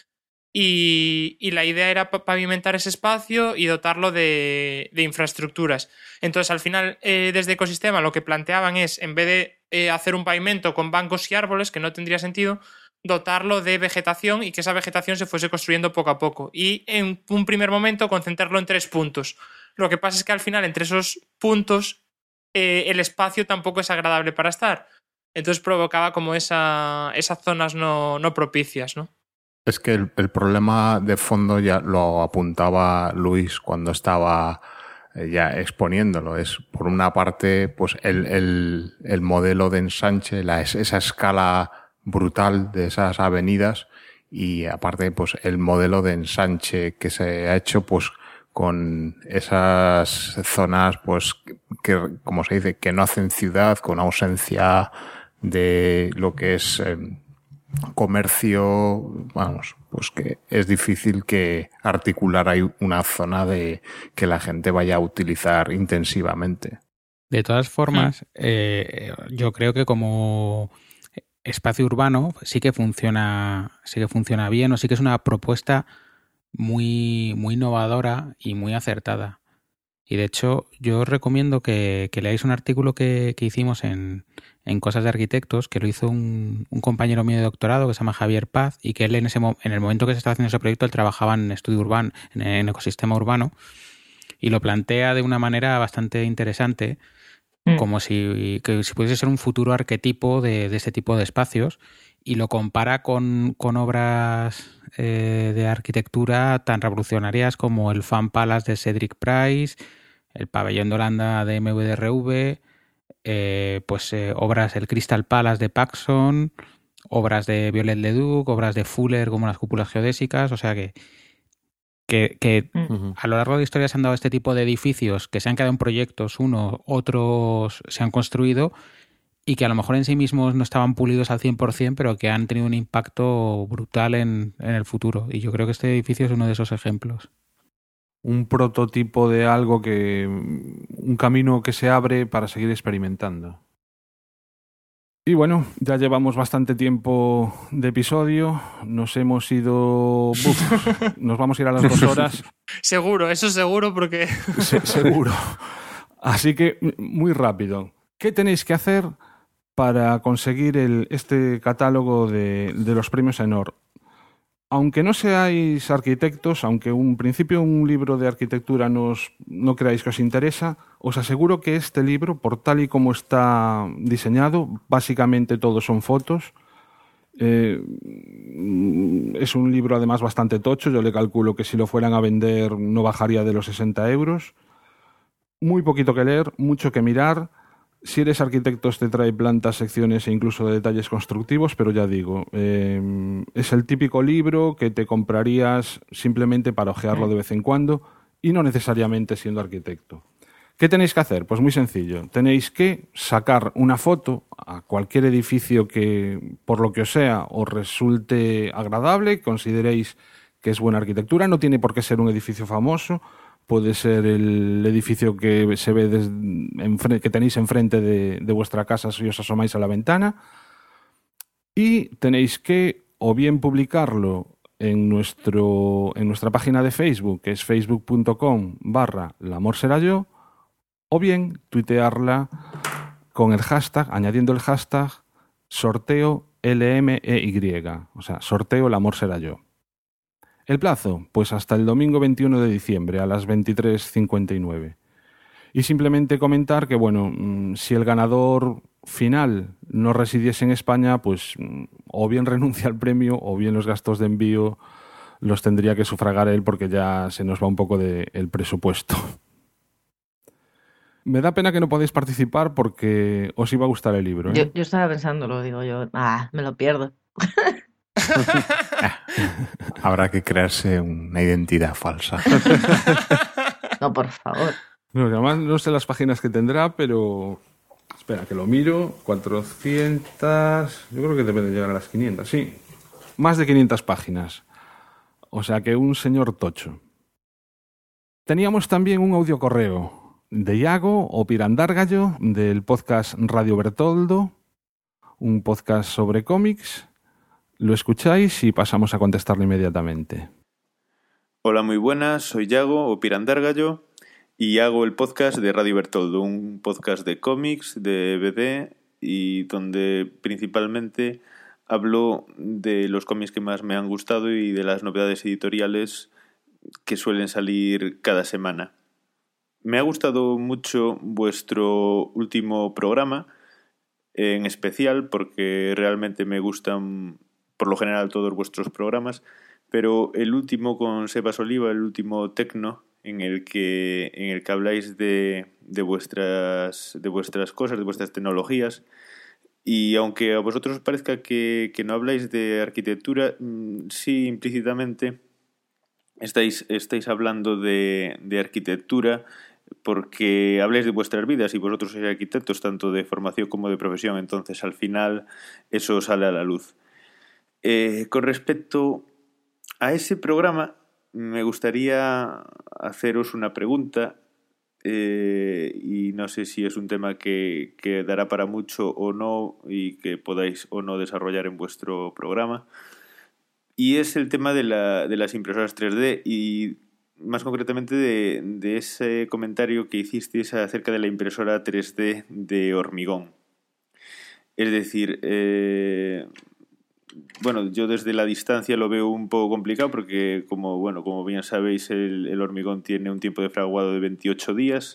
y la idea era pavimentar ese espacio y dotarlo de infraestructuras. Entonces al final desde Ecosistema lo que planteaban es, en vez de hacer un pavimento con bancos y árboles, que no tendría sentido, dotarlo de vegetación y que esa vegetación se fuese construyendo poco a poco y en un primer momento concentrarlo en 3 puntos. Lo que pasa es que al final entre esos puntos el espacio tampoco es agradable para estar. Entonces provocaba como esas zonas no propicias, ¿no? Es que el problema de fondo ya lo apuntaba Luis cuando estaba ya exponiéndolo. Es por una parte pues el modelo de ensanche, esa escala brutal de esas avenidas y aparte pues el modelo de ensanche que se ha hecho pues con esas zonas pues que como se dice que no hacen ciudad, con ausencia de lo que es comercio, vamos, pues que es difícil que articular ahí una zona de que la gente vaya a utilizar intensivamente. De todas formas, yo creo que como espacio urbano sí que funciona bien, o sí que es una propuesta muy, muy innovadora y muy acertada. Y de hecho, yo os recomiendo que leáis un artículo que hicimos en Cosas de Arquitectos, que lo hizo un compañero mío de doctorado que se llama Javier Paz, y que él en el momento que se estaba haciendo ese proyecto, él trabajaba en estudio urbano, en ecosistema urbano, y lo plantea de una manera bastante interesante, como si pudiese ser un futuro arquetipo de este tipo de espacios, y lo compara con obras de arquitectura tan revolucionarias como el Fan Palace de Cedric Price, el Pabellón de Holanda de MWDRV, obras del Crystal Palace de Paxson, obras de Violet Leduc, obras de Fuller como las cúpulas geodésicas. O sea que a lo largo de la historia se han dado este tipo de edificios que se han quedado en proyectos, otros se han construido y que a lo mejor en sí mismos no estaban pulidos al 100%, pero que han tenido un impacto brutal en el futuro. Y yo creo que este edificio es uno de esos ejemplos. Un prototipo de algo un camino que se abre para seguir experimentando. Y bueno, ya llevamos bastante tiempo de episodio, nos hemos ido... nos vamos a ir a las 2 horas. Seguro, eso seguro porque... Seguro. Así que, muy rápido, ¿qué tenéis que hacer para conseguir este catálogo de los premios ENOR? Aunque no seáis arquitectos, aunque en principio un libro de arquitectura no creáis que os interesa, os aseguro que este libro, por tal y como está diseñado, básicamente todos son fotos. Es un libro además bastante tocho. Yo le calculo que si lo fueran a vender no bajaría de los 60 euros. Muy poquito que leer, mucho que mirar. Si eres arquitecto te trae plantas, secciones e incluso detalles constructivos, pero ya digo, es el típico libro que te comprarías simplemente para ojearlo de vez en cuando y no necesariamente siendo arquitecto. ¿Qué tenéis que hacer? Pues muy sencillo. Tenéis que sacar una foto a cualquier edificio que, por lo que os sea, os resulte agradable, consideréis que es buena arquitectura. No tiene por qué ser un edificio famoso. Puede ser el edificio que se ve que tenéis enfrente de vuestra casa si os asomáis a la ventana. Y tenéis que o bien publicarlo en nuestra página de Facebook, que es facebook.com/lamorserayó, o bien tuitearla con el hashtag, añadiendo el hashtag sorteo LMEY, o sea, sorteo El Amor Será Yo. El plazo, pues hasta el domingo 21 de diciembre a las 23:59. Y simplemente comentar que, bueno, si el ganador final no residiese en España, pues o bien renuncia al premio o bien los gastos de envío los tendría que sufragar él porque ya se nos va un poco del presupuesto. Me da pena que no podáis participar porque os iba a gustar el libro, ¿eh? Yo estaba pensándolo, digo yo, me lo pierdo. Habrá que crearse una identidad falsa. No, por favor. No, además no sé las páginas que tendrá, pero... Espera, que lo miro. 400... Yo creo que debe de llegar a las 500, sí. Más de 500 páginas. O sea que un señor tocho. Teníamos también un audio correo de Iago o Pirandárgallo, del podcast Radio Bertoldo, un podcast sobre cómics. Lo escucháis y pasamos a contestarle inmediatamente. Hola, muy buenas, soy Iago o Pirandárgallo y hago el podcast de Radio Bertoldo, un podcast de cómics, de BD y donde principalmente hablo de los cómics que más me han gustado y de las novedades editoriales que suelen salir cada semana. Me ha gustado mucho vuestro último programa, en especial porque realmente me gustan por lo general todos vuestros programas, pero el último con Sebas Oliva, el último Tecno, en el que habláis de vuestras cosas, de vuestras tecnologías, y aunque a vosotros os parezca que no habláis de arquitectura, sí implícitamente estáis hablando de arquitectura, porque habláis de vuestras vidas y vosotros sois arquitectos tanto de formación como de profesión, entonces al final eso sale a la luz. Con respecto a ese programa me gustaría haceros una pregunta y no sé si es un tema que dará para mucho o no y que podáis o no desarrollar en vuestro programa, y es el tema de las impresoras 3D y más concretamente de ese comentario que hicisteis acerca de la impresora 3D de hormigón. Es decir, bueno, yo desde la distancia lo veo un poco complicado porque, como bien sabéis, el hormigón tiene un tiempo de fraguado de 28 días.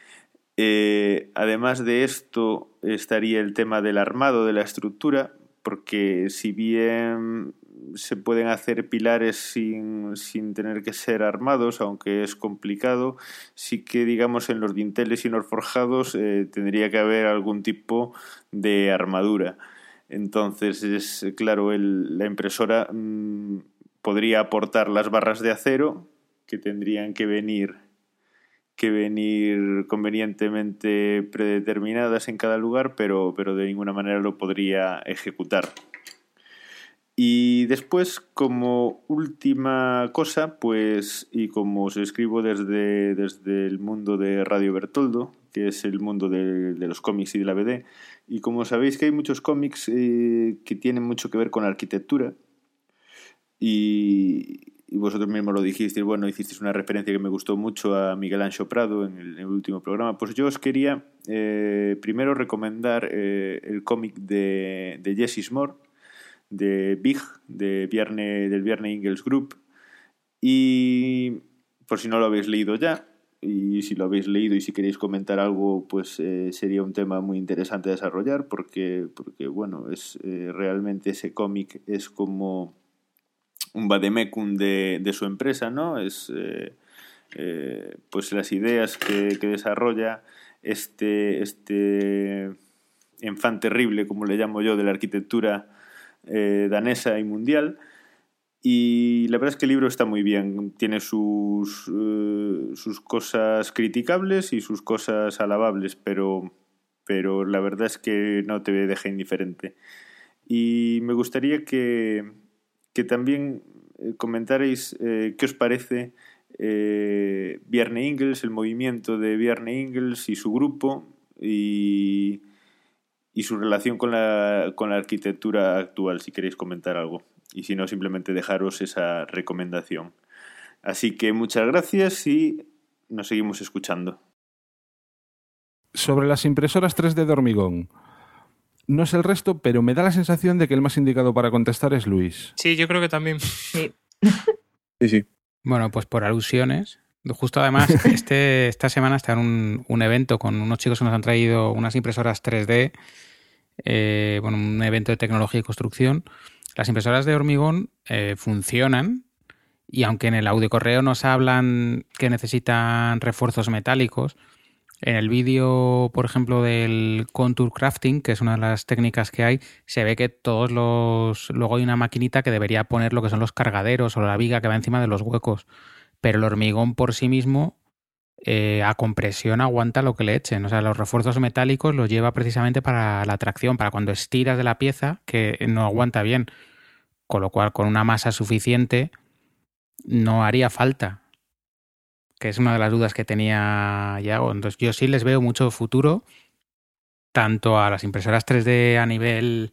Además de esto estaría el tema del armado de la estructura, porque si bien se pueden hacer pilares sin tener que ser armados, aunque es complicado, sí que, digamos, en los dinteles y en los forjados tendría que haber algún tipo de armadura. Entonces, claro, la impresora podría aportar las barras de acero que tendrían que venir convenientemente predeterminadas en cada lugar, pero de ninguna manera lo podría ejecutar. Y después, como última cosa, pues, y como os escribo desde el mundo de Radio Bertoldo, que es el mundo de los cómics y de la BD, y como sabéis que hay muchos cómics que tienen mucho que ver con arquitectura, y vosotros mismos lo dijisteis, bueno, hicisteis una referencia que me gustó mucho a Miguel Anxo Prado en el último programa, pues yo os quería primero recomendar el cómic de Jesse Moore, Big, del Bjarne Ingels Group. Y por si no lo habéis leído ya, y si lo habéis leído y si queréis comentar algo, pues sería un tema muy interesante de desarrollar, porque bueno, es realmente ese cómic es como un vademecum de su empresa, ¿no? Es pues las ideas que desarrolla este enfant terrible, como le llamo yo, de la arquitectura danesa y mundial. Y la verdad es que el libro está muy bien. Tiene sus cosas criticables y sus cosas alabables, pero la verdad es que no te deja indiferente. Y me gustaría que también comentarais qué os parece Bjarne Ingels, el movimiento de Bjarne Ingels y su grupo, y su relación con la arquitectura actual, si queréis comentar algo. Y si no, simplemente dejaros esa recomendación. Así que muchas gracias y nos seguimos escuchando. Sobre las impresoras 3D de hormigón. No sé el resto, pero me da la sensación de que el más indicado para contestar es Luis. Sí, yo creo que también. Sí. Sí. Bueno, pues por alusiones. Justo además, esta semana está en un evento con unos chicos que nos han traído unas impresoras 3D, un evento de tecnología y construcción. Las impresoras de hormigón funcionan, y aunque en el audiocorreo nos hablan que necesitan refuerzos metálicos, en el vídeo, por ejemplo, del contour crafting, que es una de las técnicas que hay, se ve que luego hay una maquinita que debería poner lo que son los cargaderos o la viga que va encima de los huecos, pero el hormigón por sí mismo a compresión aguanta lo que le echen. O sea, los refuerzos metálicos los lleva precisamente para la tracción, para cuando estiras de la pieza, que no aguanta bien. Con lo cual, con una masa suficiente no haría falta. Que es una de las dudas que tenía Yago. Entonces, yo sí les veo mucho futuro, tanto a las impresoras 3D a nivel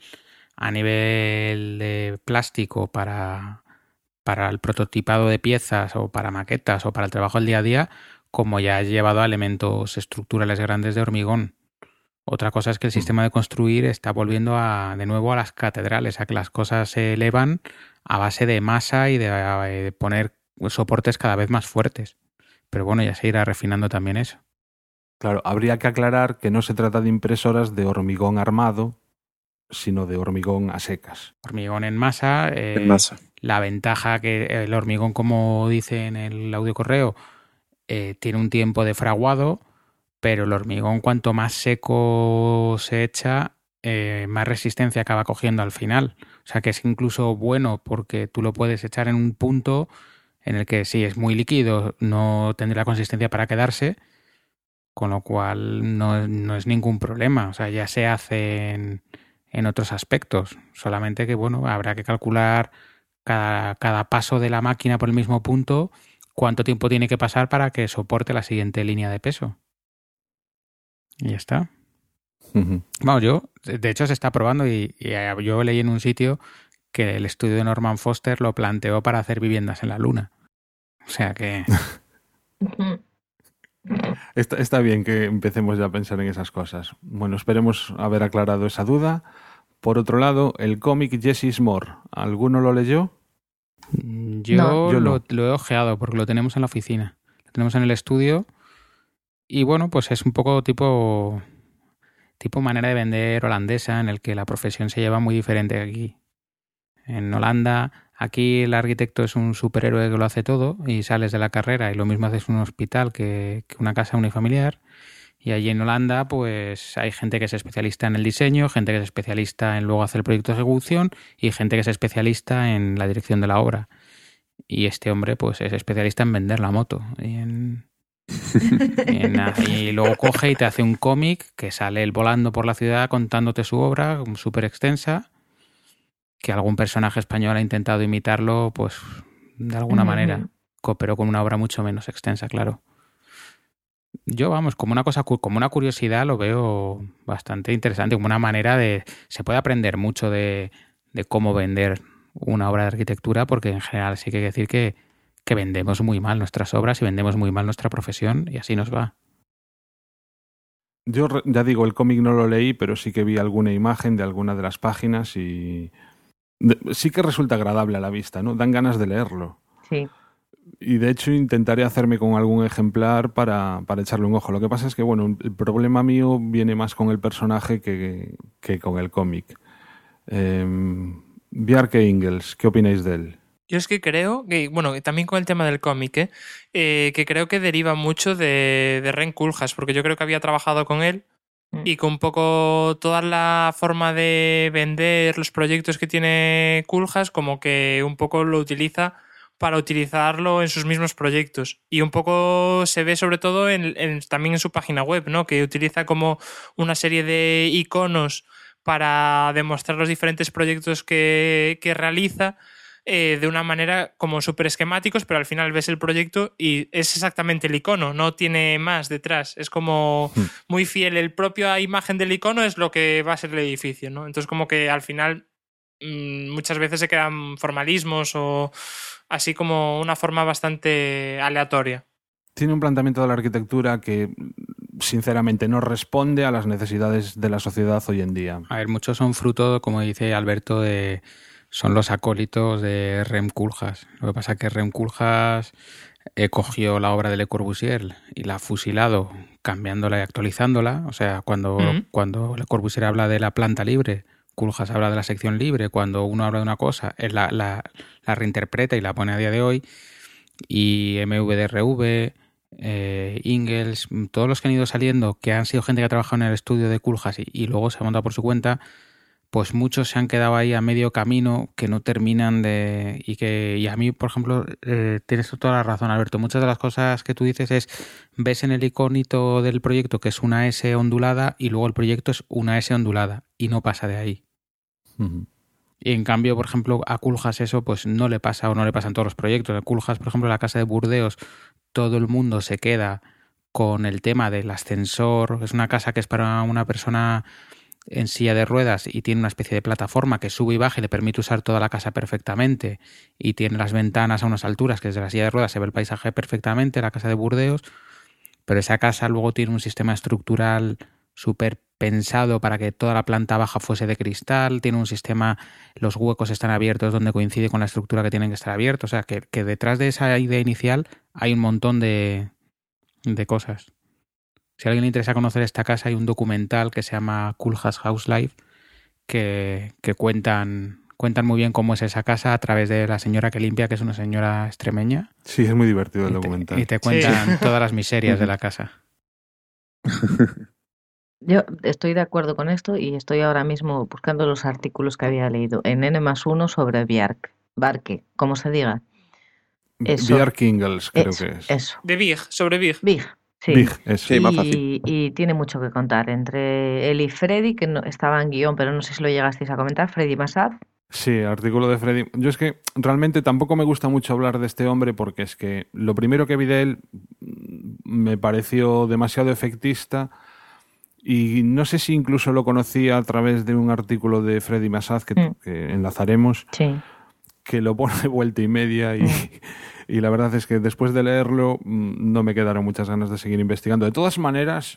de plástico para el prototipado de piezas o para maquetas o para el trabajo del día a día, como ya has llevado a elementos estructurales grandes de hormigón. Otra cosa es que el sistema de construir está volviendo de nuevo a las catedrales, a que las cosas se elevan a base de masa y de poner soportes cada vez más fuertes. Pero bueno, ya se irá refinando también eso. Claro, habría que aclarar que no se trata de impresoras de hormigón armado, sino de hormigón a secas. Hormigón en masa. En masa. La ventaja que el hormigón, como dice en el audiocorreo, tiene un tiempo de fraguado, pero el hormigón, cuanto más seco se echa, más resistencia acaba cogiendo al final. O sea que es incluso bueno, porque tú lo puedes echar en un punto en el que si es muy líquido no tendrá consistencia para quedarse, con lo cual no es ningún problema. O sea, ya se hace en otros aspectos. Solamente que, bueno, habrá que calcular cada paso de la máquina por el mismo punto, cuánto tiempo tiene que pasar para que soporte la siguiente línea de peso. Y ya está. Uh-huh. Vamos, de hecho se está probando y yo leí en un sitio que el estudio de Norman Foster lo planteó para hacer viviendas en la Luna. O sea que... Está bien que empecemos ya a pensar en esas cosas. Bueno, esperemos haber aclarado esa duda. Por otro lado, el cómic Jesse's More, ¿alguno lo leyó? Yo no. Lo he ojeado porque lo tenemos en la oficina. Lo tenemos en el estudio y bueno, pues es un poco tipo manera de vender holandesa, en el que la profesión se lleva muy diferente que aquí. En Holanda, aquí el arquitecto es un superhéroe que lo hace todo y sales de la carrera y lo mismo haces un hospital que una casa unifamiliar. Y allí en Holanda pues hay gente que es especialista en el diseño, gente que es especialista en luego hacer el proyecto de ejecución y gente que es especialista en la dirección de la obra. Y este hombre pues es especialista en vender la moto. Y luego coge y te hace un cómic que sale él volando por la ciudad contándote su obra, súper extensa, que algún personaje español ha intentado imitarlo pues de alguna manera, pero con una obra mucho menos extensa, claro. Yo, vamos, como una curiosidad lo veo bastante interesante, como una manera se puede aprender mucho de cómo vender una obra de arquitectura, porque en general sí que hay que decir que vendemos muy mal nuestras obras y vendemos muy mal nuestra profesión y así nos va. Yo ya digo, el cómic no lo leí, pero sí que vi alguna imagen de alguna de las páginas y sí que resulta agradable a la vista, ¿no? Dan ganas de leerlo. Sí. Y de hecho intentaré hacerme con algún ejemplar para echarle un ojo. Lo que pasa es que, bueno, el problema mío viene más con el personaje que con el cómic. Bjarke Ingels, ¿qué opináis de él? Yo es que creo que, bueno, también con el tema del cómic, que creo que deriva mucho de Ren Koolhaas, porque yo creo que había trabajado con él y con un poco toda la forma de vender los proyectos que tiene Koolhaas, como que un poco lo utiliza para utilizarlo en sus mismos proyectos. Y un poco se ve sobre todo también en su página web, ¿no? Que utiliza como una serie de iconos para demostrar los diferentes proyectos que realiza, de una manera como súper esquemáticos, pero al final ves el proyecto y es exactamente el icono, no tiene más detrás, es como muy fiel, el propio imagen del icono es lo que va a ser el edificio, ¿no? Entonces como que al final muchas veces se quedan formalismos o así como una forma bastante aleatoria. Tiene un planteamiento de la arquitectura que sinceramente no responde a las necesidades de la sociedad hoy en día. A ver, muchos son fruto, como dice Alberto, son los acólitos de Rem Koolhaas. Lo que pasa es que Rem Koolhaas cogió la obra de Le Corbusier y la ha fusilado cambiándola y actualizándola. O sea, cuando Le Corbusier habla de la planta libre, Koolhaas habla de la sección libre. Cuando uno habla de una cosa, él la reinterpreta y la pone a día de hoy. Y MVDRV, Ingels, todos los que han ido saliendo, que han sido gente que ha trabajado en el estudio de Koolhaas y luego se ha montado por su cuenta, pues muchos se han quedado ahí a medio camino que no terminan de... Y a mí, por ejemplo, tienes toda la razón, Alberto. Muchas de las cosas que tú dices ves en el iconito del proyecto que es una S ondulada y luego el proyecto es una S ondulada y no pasa de ahí. Uh-huh. Y en cambio, por ejemplo, a Koolhaas eso pues no le pasa o no le pasa en todos los proyectos. A Koolhaas, por ejemplo, la casa de Burdeos, todo el mundo se queda con el tema del ascensor. Es una casa que es para una persona en silla de ruedas y tiene una especie de plataforma que sube y baja y le permite usar toda la casa perfectamente y tiene las ventanas a unas alturas que desde la silla de ruedas se ve el paisaje perfectamente, la casa de Burdeos, pero esa casa luego tiene un sistema estructural súper pensado para que toda la planta baja fuese de cristal, tiene un sistema, los huecos están abiertos donde coincide con la estructura que tienen que estar abiertos, o sea que detrás de esa idea inicial hay un montón de cosas. Si a alguien le interesa conocer esta casa, hay un documental que se llama Koolhaas House Life que cuentan muy bien cómo es esa casa a través de la señora que limpia, que es una señora extremeña. Sí, es muy divertido el documental. Y te cuentan todas las miserias de la casa. Yo estoy de acuerdo con esto y estoy ahora mismo buscando los artículos que había leído en N+1 sobre Bjarke, como se diga. Bjarke Ingels, creo que es. Eso. De Big, sobre Big. Big. Sí, Big, eso. Sí, más fácil. Y tiene mucho que contar. Entre él y Freddy, que no, estaba en guión, pero no sé si lo llegasteis a comentar, Freddy Massad. Sí, artículo de Freddy. Yo es que realmente tampoco me gusta mucho hablar de este hombre porque es que lo primero que vi de él me pareció demasiado efectista y no sé si incluso lo conocí a través de un artículo de Freddy Massad que enlazaremos, sí, que lo pone de vuelta y media y la verdad es que después de leerlo no me quedaron muchas ganas de seguir investigando. De todas maneras,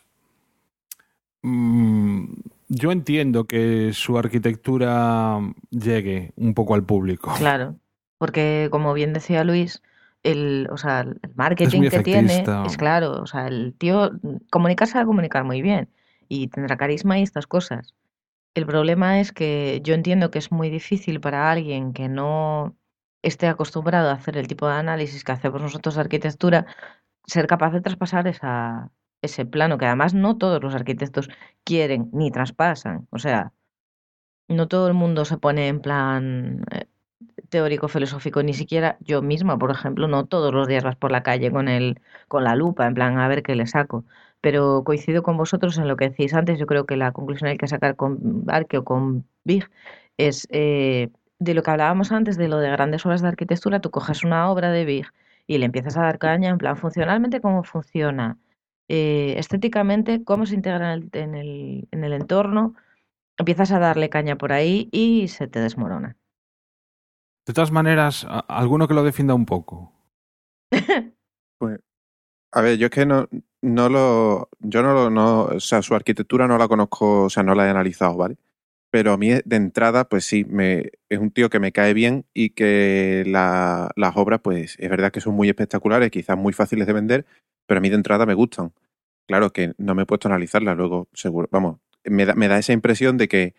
yo entiendo que su arquitectura llegue un poco al público. Claro, porque como bien decía Luis, el marketing que tiene es claro, o sea, el tío comunicarse va a comunicar muy bien y tendrá carisma y estas cosas. El problema es que yo entiendo que es muy difícil para alguien que no esté acostumbrado a hacer el tipo de análisis que hacemos nosotros de arquitectura, ser capaz de traspasar ese plano, que además no todos los arquitectos quieren ni traspasan. O sea, no todo el mundo se pone en plan teórico filosófico, ni siquiera yo misma, por ejemplo, no todos los días vas por la calle con la lupa, en plan a ver qué le saco. Pero coincido con vosotros en lo que decís antes. Yo creo que la conclusión que hay que sacar con Bjarke o con Big es de lo que hablábamos antes, de lo de grandes obras de arquitectura. Tú coges una obra de Big y le empiezas a dar caña, en plan funcionalmente cómo funciona, estéticamente cómo se integra en el entorno, empiezas a darle caña por ahí y se te desmorona. De todas maneras, ¿alguno que lo defienda un poco? Pues, a ver, yo es que o sea, su arquitectura no la conozco, o sea, no la he analizado, ¿vale? pero a mí de entrada, pues sí, es un tío que me cae bien y que las obras, pues es verdad que son muy espectaculares, quizás muy fáciles de vender, pero a mí de entrada me gustan. Claro que no me he puesto a analizarlas luego, seguro. Vamos, me da esa impresión de que,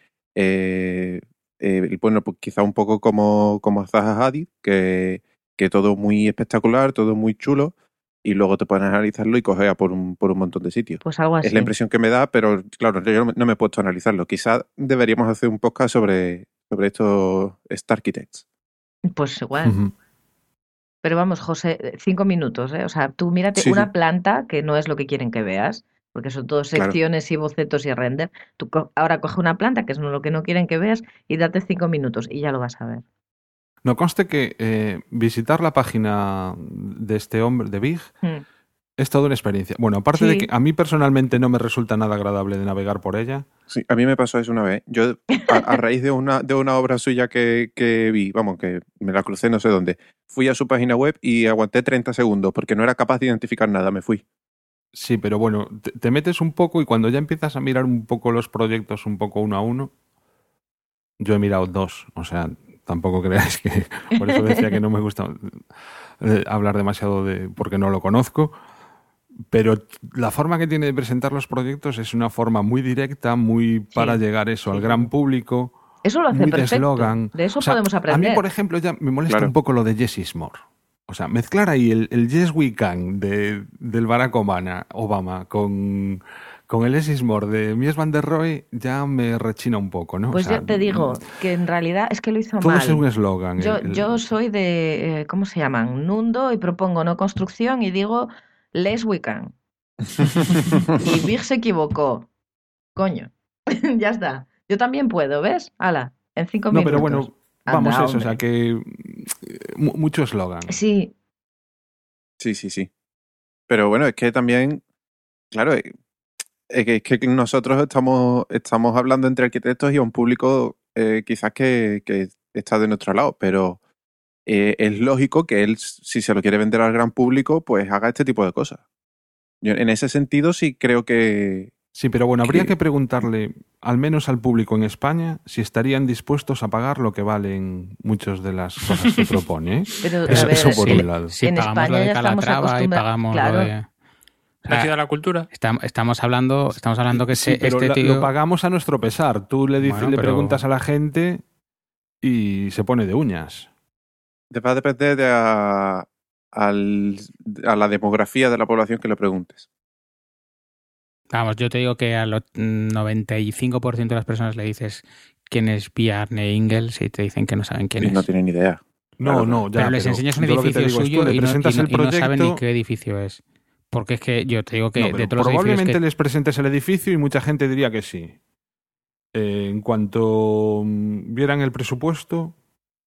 bueno, pues quizá un poco como Zaha Hadid, que todo muy espectacular, todo muy chulo, y luego te pones a analizarlo y coges por un montón de sitios. Pues algo así. Es la impresión que me da, pero claro, yo no me he puesto a analizarlo. Quizás deberíamos hacer un podcast sobre estos Starkitects. Pues igual. Pero vamos, José, 5 minutos, ¿eh? O sea, tú mírate una planta, que no es lo que quieren que veas, porque son todas secciones y bocetos y render. Tú ahora coge una planta, que es lo que no quieren que veas, y date 5 minutos y ya lo vas a ver. No conste que visitar la página de este hombre, de Big, es toda una experiencia. Bueno, aparte de que a mí personalmente no me resulta nada agradable de navegar por ella. Sí, a mí me pasó eso una vez. Yo, a raíz de una obra suya que vi, vamos, que me la crucé no sé dónde, fui a su página web y aguanté 30 segundos porque no era capaz de identificar nada, me fui. Sí, pero bueno, te metes un poco y cuando ya empiezas a mirar un poco los proyectos un poco uno a uno, yo he mirado 2, o sea, tampoco creáis que... Por eso decía que no me gusta hablar demasiado porque no lo conozco, pero la forma que tiene de presentar los proyectos es una forma muy directa, muy para llegar al gran público. Eso lo hace muy perfecto. De eslogan. De eso podemos aprender. A mí, por ejemplo, ya me molesta un poco lo de Jesse Smore. O sea, mezclar ahí el Yes We Can del Barack Obama con el Less is More de Mies van der Rohe ya me rechina un poco, ¿no? Pues o sea, yo te digo que en realidad es que lo hizo todo mal. Es un eslogan. Yo soy de, ¿cómo se llaman? Nundo, y propongo no construcción y digo Less We Can. Y Big se equivocó. Coño. Ya está. Yo también puedo, ¿ves? Hala, en 5 minutos. No, pero bueno, vamos a eso, hombre. o sea que mucho eslogan. Sí. Sí. Pero bueno, es que también, claro, es que nosotros estamos hablando entre arquitectos y a un público quizás que está de nuestro lado, pero es lógico que él, si se lo quiere vender al gran público, pues haga este tipo de cosas. Yo en ese sentido sí creo que... Sí, pero bueno, habría que preguntarle, al menos al público en España, si estarían dispuestos a pagar lo que valen muchas de las cosas que propone. Pero, eso por un lado. Si pagamos España lo de Calatrava y pagamos lo de... La ciudad de la cultura. Estamos hablando que sí, pero este tío... lo pagamos a nuestro pesar. Tú le preguntas a la gente y se pone de uñas. Va a depender a la demografía de la población que le preguntes. Vamos, yo te digo que al 95% de las personas le dices quién es Bjarne Ingels y te dicen que no saben quién es. No tienen ni idea. No, ya. Pero les enseñas un edificio suyo y no saben ni qué edificio es. Porque es que yo te digo que de todos los probablemente les presentes el edificio y mucha gente diría que sí. En cuanto vieran el presupuesto,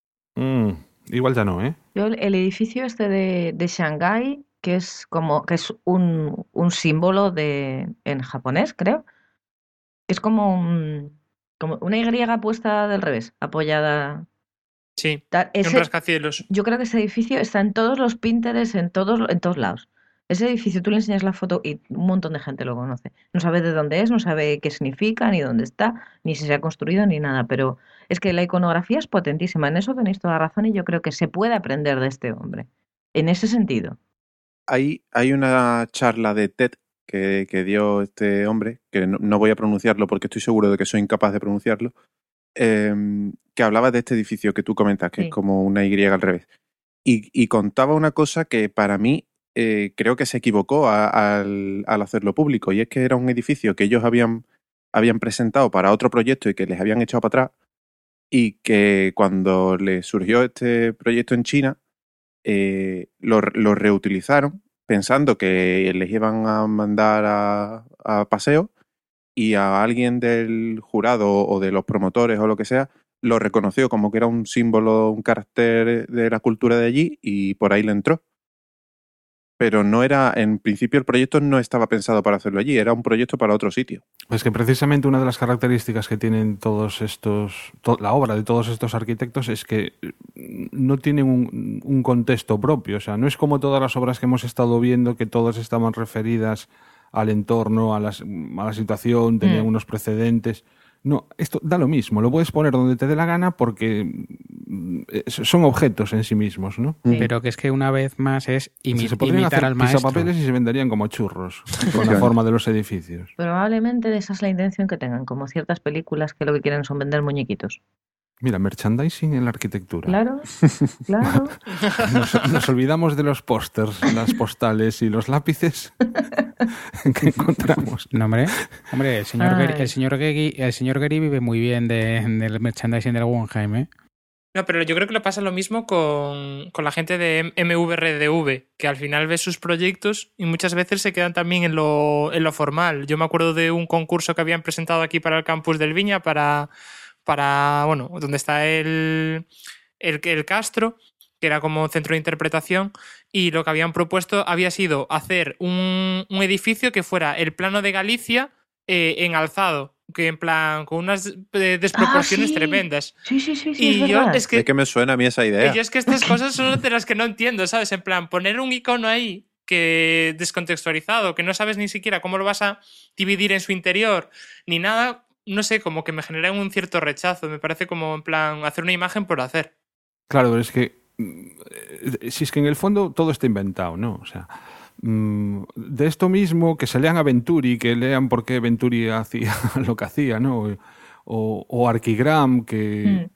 igual ya no, ¿eh? Yo el edificio este de Shanghái, que es un símbolo en japonés, creo, que es como una Y puesta del revés, apoyada. Sí, un rascacielos. Yo creo que ese edificio está en todos los Pinterest, en todos lados. Ese edificio, tú le enseñas la foto y un montón de gente lo conoce. No sabe de dónde es, no sabe qué significa, ni dónde está, ni si se ha construido, ni nada. Pero es que la iconografía es potentísima. En eso tenéis toda razón y yo creo que se puede aprender de este hombre. En ese sentido. Hay una charla de TED que dio este hombre, que no voy a pronunciarlo porque estoy seguro de que soy incapaz de pronunciarlo, que hablaba de este edificio que tú comentas, que es como una Y al revés. Y contaba una cosa que para mí creo que se equivocó al hacerlo público, y es que era un edificio que ellos habían presentado para otro proyecto y que les habían echado para atrás, y que cuando les surgió este proyecto en China, lo reutilizaron pensando que les iban a mandar a paseo, y a alguien del jurado o de los promotores o lo que sea lo reconoció como que era un símbolo, un carácter de la cultura de allí, y por ahí le entró. Pero no era, en principio el proyecto no estaba pensado para hacerlo allí, era un proyecto para otro sitio. Pues que precisamente una de las características que tienen la obra de todos estos arquitectos es que no tienen un contexto propio. O sea, no es como todas las obras que hemos estado viendo, que todas estaban referidas al entorno, a la situación, tenían unos precedentes. No, esto da lo mismo, lo puedes poner donde te dé la gana porque son objetos en sí mismos, ¿no? Pero que es que una vez más es se podrían imitar hacer al maestro. pisapapeles y se venderían como churros con la forma de los edificios. Probablemente esa es la intención que tengan, como ciertas películas que lo que quieren son vender muñequitos. Mira, merchandising en la arquitectura. Claro, claro. Nos olvidamos de los pósters, las postales y los lápices que encontramos. No, hombre, el señor Gary vive muy bien del merchandising del Guggenheim, ¿eh? No, pero yo creo que le pasa lo mismo con la gente de MVRDV, que al final ves sus proyectos y muchas veces se quedan también en lo formal. Yo me acuerdo de un concurso que habían presentado aquí para el campus del Viña, para bueno, donde está el Castro, que era como centro de interpretación, y lo que habían propuesto había sido hacer un edificio que fuera el plano de Galicia en alzado, que en plan con unas desproporciones tremendas. Sí, y es yo verdad. es que me suena a mí esa idea. Y yo es que estas cosas son de las que no entiendo, ¿sabes? En plan, poner un icono ahí que descontextualizado, que no sabes ni siquiera cómo lo vas a dividir en su interior, ni nada, no sé, como que me genera un cierto rechazo. Me parece como, en plan, hacer una imagen por hacer. Claro, pero es que si es que en el fondo todo está inventado, ¿no? O sea, de esto mismo, que se lean a Venturi, que lean por qué Venturi hacía lo que hacía, ¿no? O Archigram, que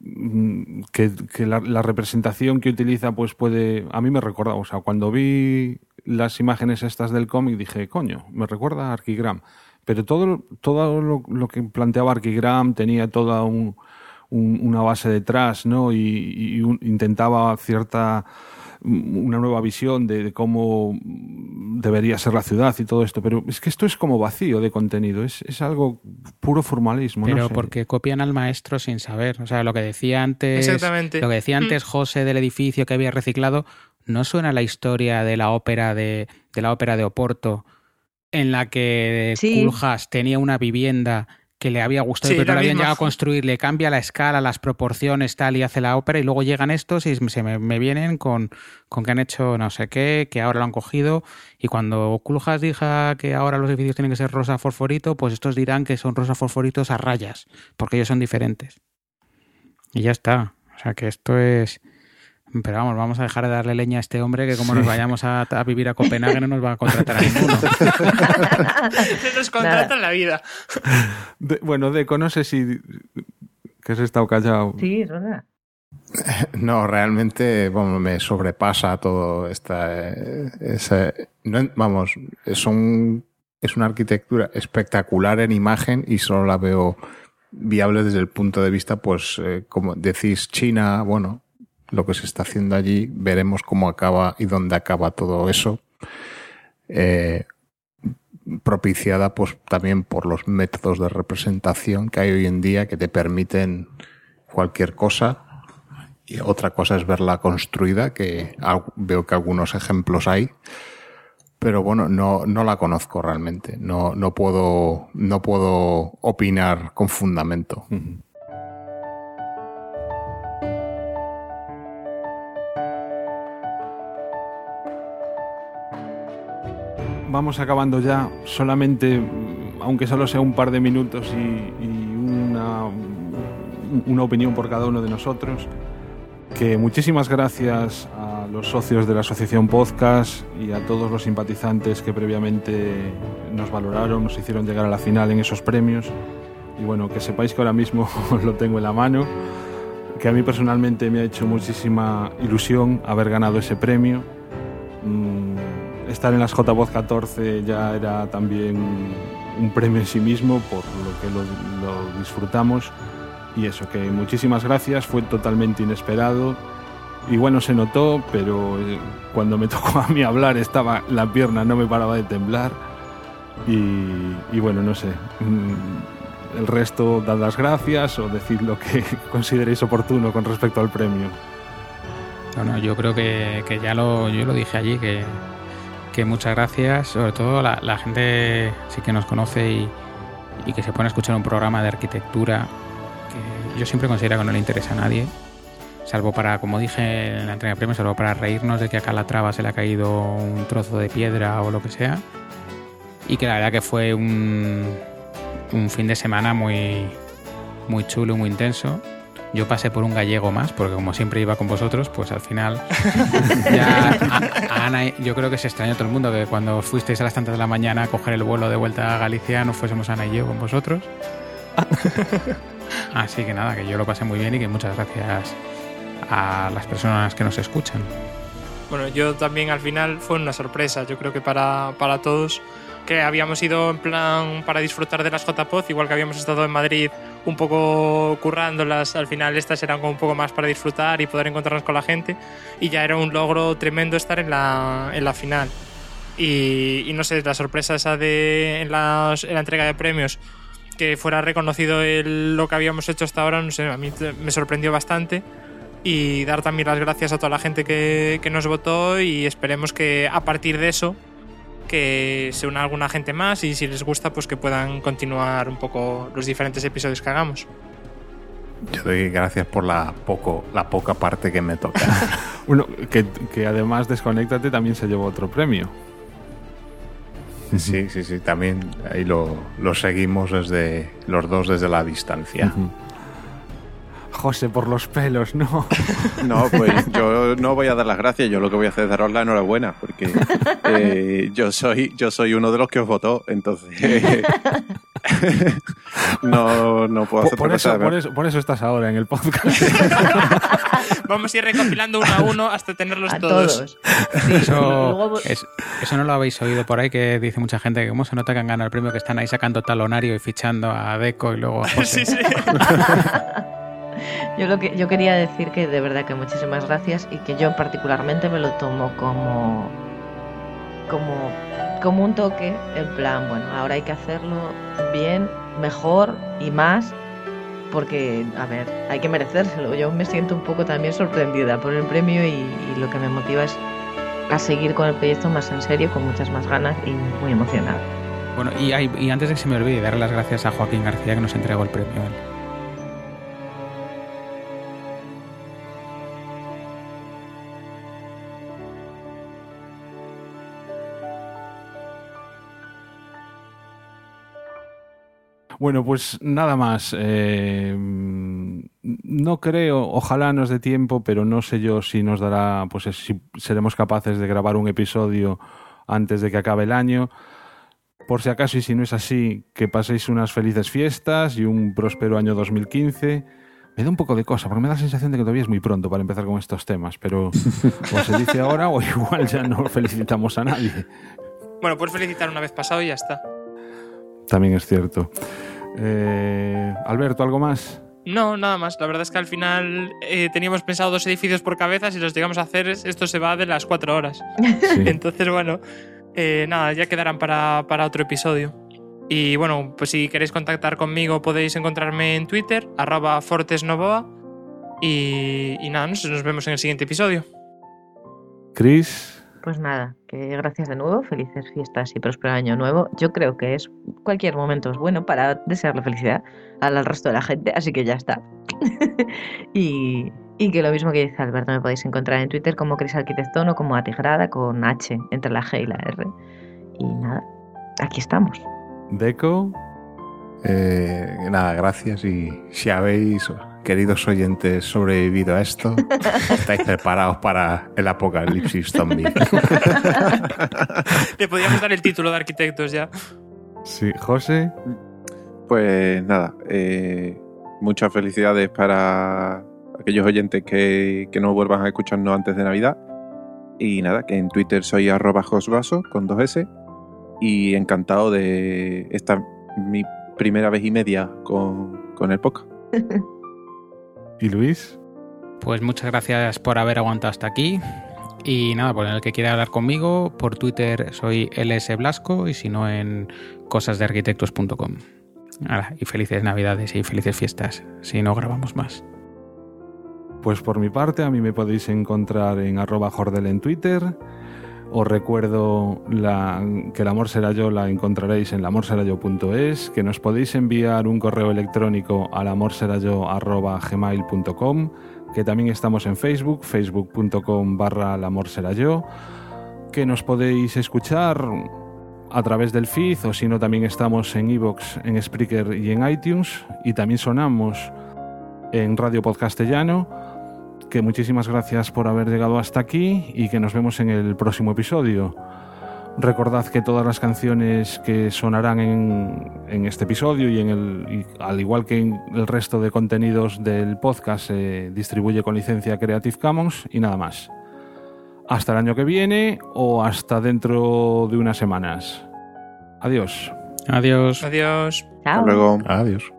la representación que utiliza pues puede... A mí me recuerda, o sea, cuando vi las imágenes estas del cómic dije, coño, me recuerda a Archigram. Pero todo lo que planteaba Archigram tenía toda una base detrás, ¿no? Y intentaba una nueva visión de cómo debería ser la ciudad y todo esto. Pero es que esto es como vacío de contenido, es algo puro formalismo. Pero no sé. porque copian al maestro sin saber. O sea, lo que decía antes, exactamente. Lo que decía antes José del edificio que había reciclado, ¿no suena la historia de la ópera de Oporto, en la que Koolhaas tenía una vivienda que le había gustado, pero no habían llegado a construir, le cambia la escala, las proporciones, tal, y hace la ópera, y luego llegan estos y me vienen con que han hecho no sé qué, que ahora lo han cogido, y cuando Koolhaas diga que ahora los edificios tienen que ser rosa fosforito, pues estos dirán que son rosa fosforitos a rayas, porque ellos son diferentes. Y ya está. O sea que esto es... Pero vamos a dejar de darle leña a este hombre, que como nos vayamos a vivir a Copenhague no nos va a contratar a ninguno. Se nos contrata en la vida. Deco, no sé si... que has estado callado. Sí, es verdad. No, realmente me sobrepasa todo esta... es una arquitectura espectacular en imagen y solo la veo viable desde el punto de vista, pues, como decís, China, bueno... lo que se está haciendo allí, veremos cómo acaba y dónde acaba todo eso, propiciada pues también por los métodos de representación que hay hoy en día que te permiten cualquier cosa, y otra cosa es verla construida, que veo que algunos ejemplos hay, pero bueno, no la conozco realmente, no puedo opinar con fundamento. Vamos acabando ya, solamente, aunque solo sea un par de minutos y una opinión por cada uno de nosotros, que muchísimas gracias a los socios de la Asociación Podcast y a todos los simpatizantes que previamente nos valoraron, nos hicieron llegar a la final en esos premios, y bueno, que sepáis que ahora mismo lo tengo en la mano, que a mí personalmente me ha hecho muchísima ilusión haber ganado ese premio. Estar en las JVoz 14 ya era también un premio en sí mismo, por lo que lo disfrutamos, y eso, que muchísimas gracias, fue totalmente inesperado y bueno, se notó, pero cuando me tocó a mí hablar la pierna no me paraba de temblar y bueno, no sé, el resto, dad las gracias o decid lo que consideréis oportuno con respecto al premio. Bueno, yo creo que yo lo dije allí, que muchas gracias, sobre todo la gente sí que nos conoce y que se pone a escuchar un programa de arquitectura que yo siempre considero que no le interesa a nadie, salvo para, como dije en la entrega de premios, salvo para reírnos de que a Calatrava se le ha caído un trozo de piedra o lo que sea, y que la verdad que fue un fin de semana muy, muy chulo, muy intenso. Yo pasé por un gallego más, porque como siempre iba con vosotros, pues al final ya a Ana, yo creo que se extrañó todo el mundo que cuando fuisteis a las tantas de la mañana a coger el vuelo de vuelta a Galicia no fuésemos Ana y yo con vosotros. Así que nada, que yo lo pasé muy bien y que muchas gracias a las personas que nos escuchan. Bueno, yo también al final fue una sorpresa, yo creo que para todos, que habíamos ido en plan para disfrutar de las JPod, igual que habíamos estado en Madrid un poco currándolas, al final estas eran como un poco más para disfrutar y poder encontrarnos con la gente, y ya era un logro tremendo estar en la final. Y no sé, la sorpresa esa de en la entrega de premios, que fuera reconocido lo que habíamos hecho hasta ahora, no sé, a mí me sorprendió bastante. Y dar también las gracias a toda la gente que nos votó, y esperemos que a partir de eso que se una alguna gente más, y si les gusta pues que puedan continuar un poco los diferentes episodios que hagamos. Yo doy gracias por la poca parte que me toca. Bueno, que además Desconéctate también se llevó otro premio. Sí, también ahí lo seguimos los dos desde la distancia. José, por los pelos, no. No, pues yo no voy a dar las gracias, yo lo que voy a hacer es daros la enhorabuena, porque yo soy uno de los que os votó, entonces no puedo hacer por eso estás ahora en el podcast. Vamos a ir recopilando uno a uno hasta tenerlos todos. Sí, eso no lo habéis oído por ahí, que dice mucha gente que cómo se nota que han ganado el premio, que están ahí sacando talonario y fichando a Deco y luego a José. Sí. Yo quería decir que de verdad que muchísimas gracias, y que yo particularmente me lo tomo como un toque, en plan, bueno, ahora hay que hacerlo bien, mejor y más, porque, a ver, hay que merecérselo. Yo me siento un poco también sorprendida por el premio, y lo que me motiva es a seguir con el proyecto más en serio, con muchas más ganas y muy emocionada. Bueno, y antes de que se me olvide, dar las gracias a Joaquín García, que nos entregó el premio. Bueno, pues nada más. No creo, ojalá nos dé tiempo, pero no sé yo si nos dará, pues si seremos capaces de grabar un episodio antes de que acabe el año. Por si acaso, y si no es así, que paséis unas felices fiestas y un próspero año 2015. Me da un poco de cosa, porque me da la sensación de que todavía es muy pronto para empezar con estos temas, pero o se dice ahora o igual ya no felicitamos a nadie. Bueno, puedes felicitar una vez pasado y ya está. También es cierto. Alberto, ¿algo más? No, nada más. La verdad es que al final teníamos pensado 2 edificios por cabeza. Si los llegamos a hacer, esto se va de las 4 horas. Sí. Entonces, bueno, nada, ya quedarán para otro episodio. Y bueno, pues si queréis contactar conmigo podéis encontrarme en Twitter, @fortesnovoa. Y nada, nos vemos en el siguiente episodio. Chris. Pues nada, que gracias de nuevo, felices fiestas y próspero año nuevo. Yo creo que cualquier momento es bueno para desearle felicidad al resto de la gente, así que ya está. y que lo mismo que dice Alberto, me podéis encontrar en Twitter como Chris Arquitectón o como Atigrada con H entre la G y la R. Y nada, aquí estamos. Deco. Nada, gracias, y si habéis, queridos oyentes, sobrevivido a esto, estáis preparados para el apocalipsis zombie. Le podríamos dar el título de arquitectos ya. Sí, José. Pues nada, muchas felicidades para aquellos oyentes que no vuelvan a escucharnos antes de Navidad. Y nada, que en Twitter soy @josvaso con 2 S, y encantado de esta mi primera vez y media con el podcast. ¿Y Luis? Pues muchas gracias por haber aguantado hasta aquí. Y nada, por el que quiera hablar conmigo, por Twitter soy lsblasco, y si no en cosasdearquitectos.com. Y felices Navidades y felices fiestas, si no grabamos más. Pues por mi parte, a mí me podéis encontrar en @jordel en Twitter. Os recuerdo que El Amor Será Yo la encontraréis en lamorserayo.es, que nos podéis enviar un correo electrónico a lamorserayo@gmail.com, que también estamos en Facebook, facebook.com/lamorserayo, que nos podéis escuchar a través del feed, o si no también estamos en iVoox, en Spreaker y en iTunes, y también sonamos en Radio Podcastellano. Que muchísimas gracias por haber llegado hasta aquí y que nos vemos en el próximo episodio. Recordad que todas las canciones que sonarán en este episodio y al igual que en el resto de contenidos del podcast se distribuye con licencia Creative Commons y nada más. Hasta el año que viene o hasta dentro de unas semanas. Adiós. Adiós. Adiós. Chao. Hasta luego. Adiós.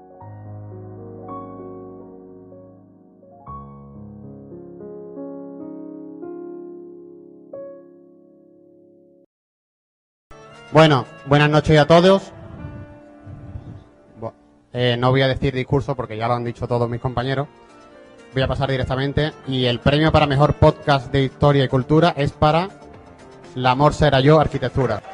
Bueno, buenas noches a todos. No voy a decir discurso porque ya lo han dicho todos mis compañeros. Voy a pasar directamente. Y el premio para mejor podcast de historia y cultura es para L'amor será yo, arquitectura.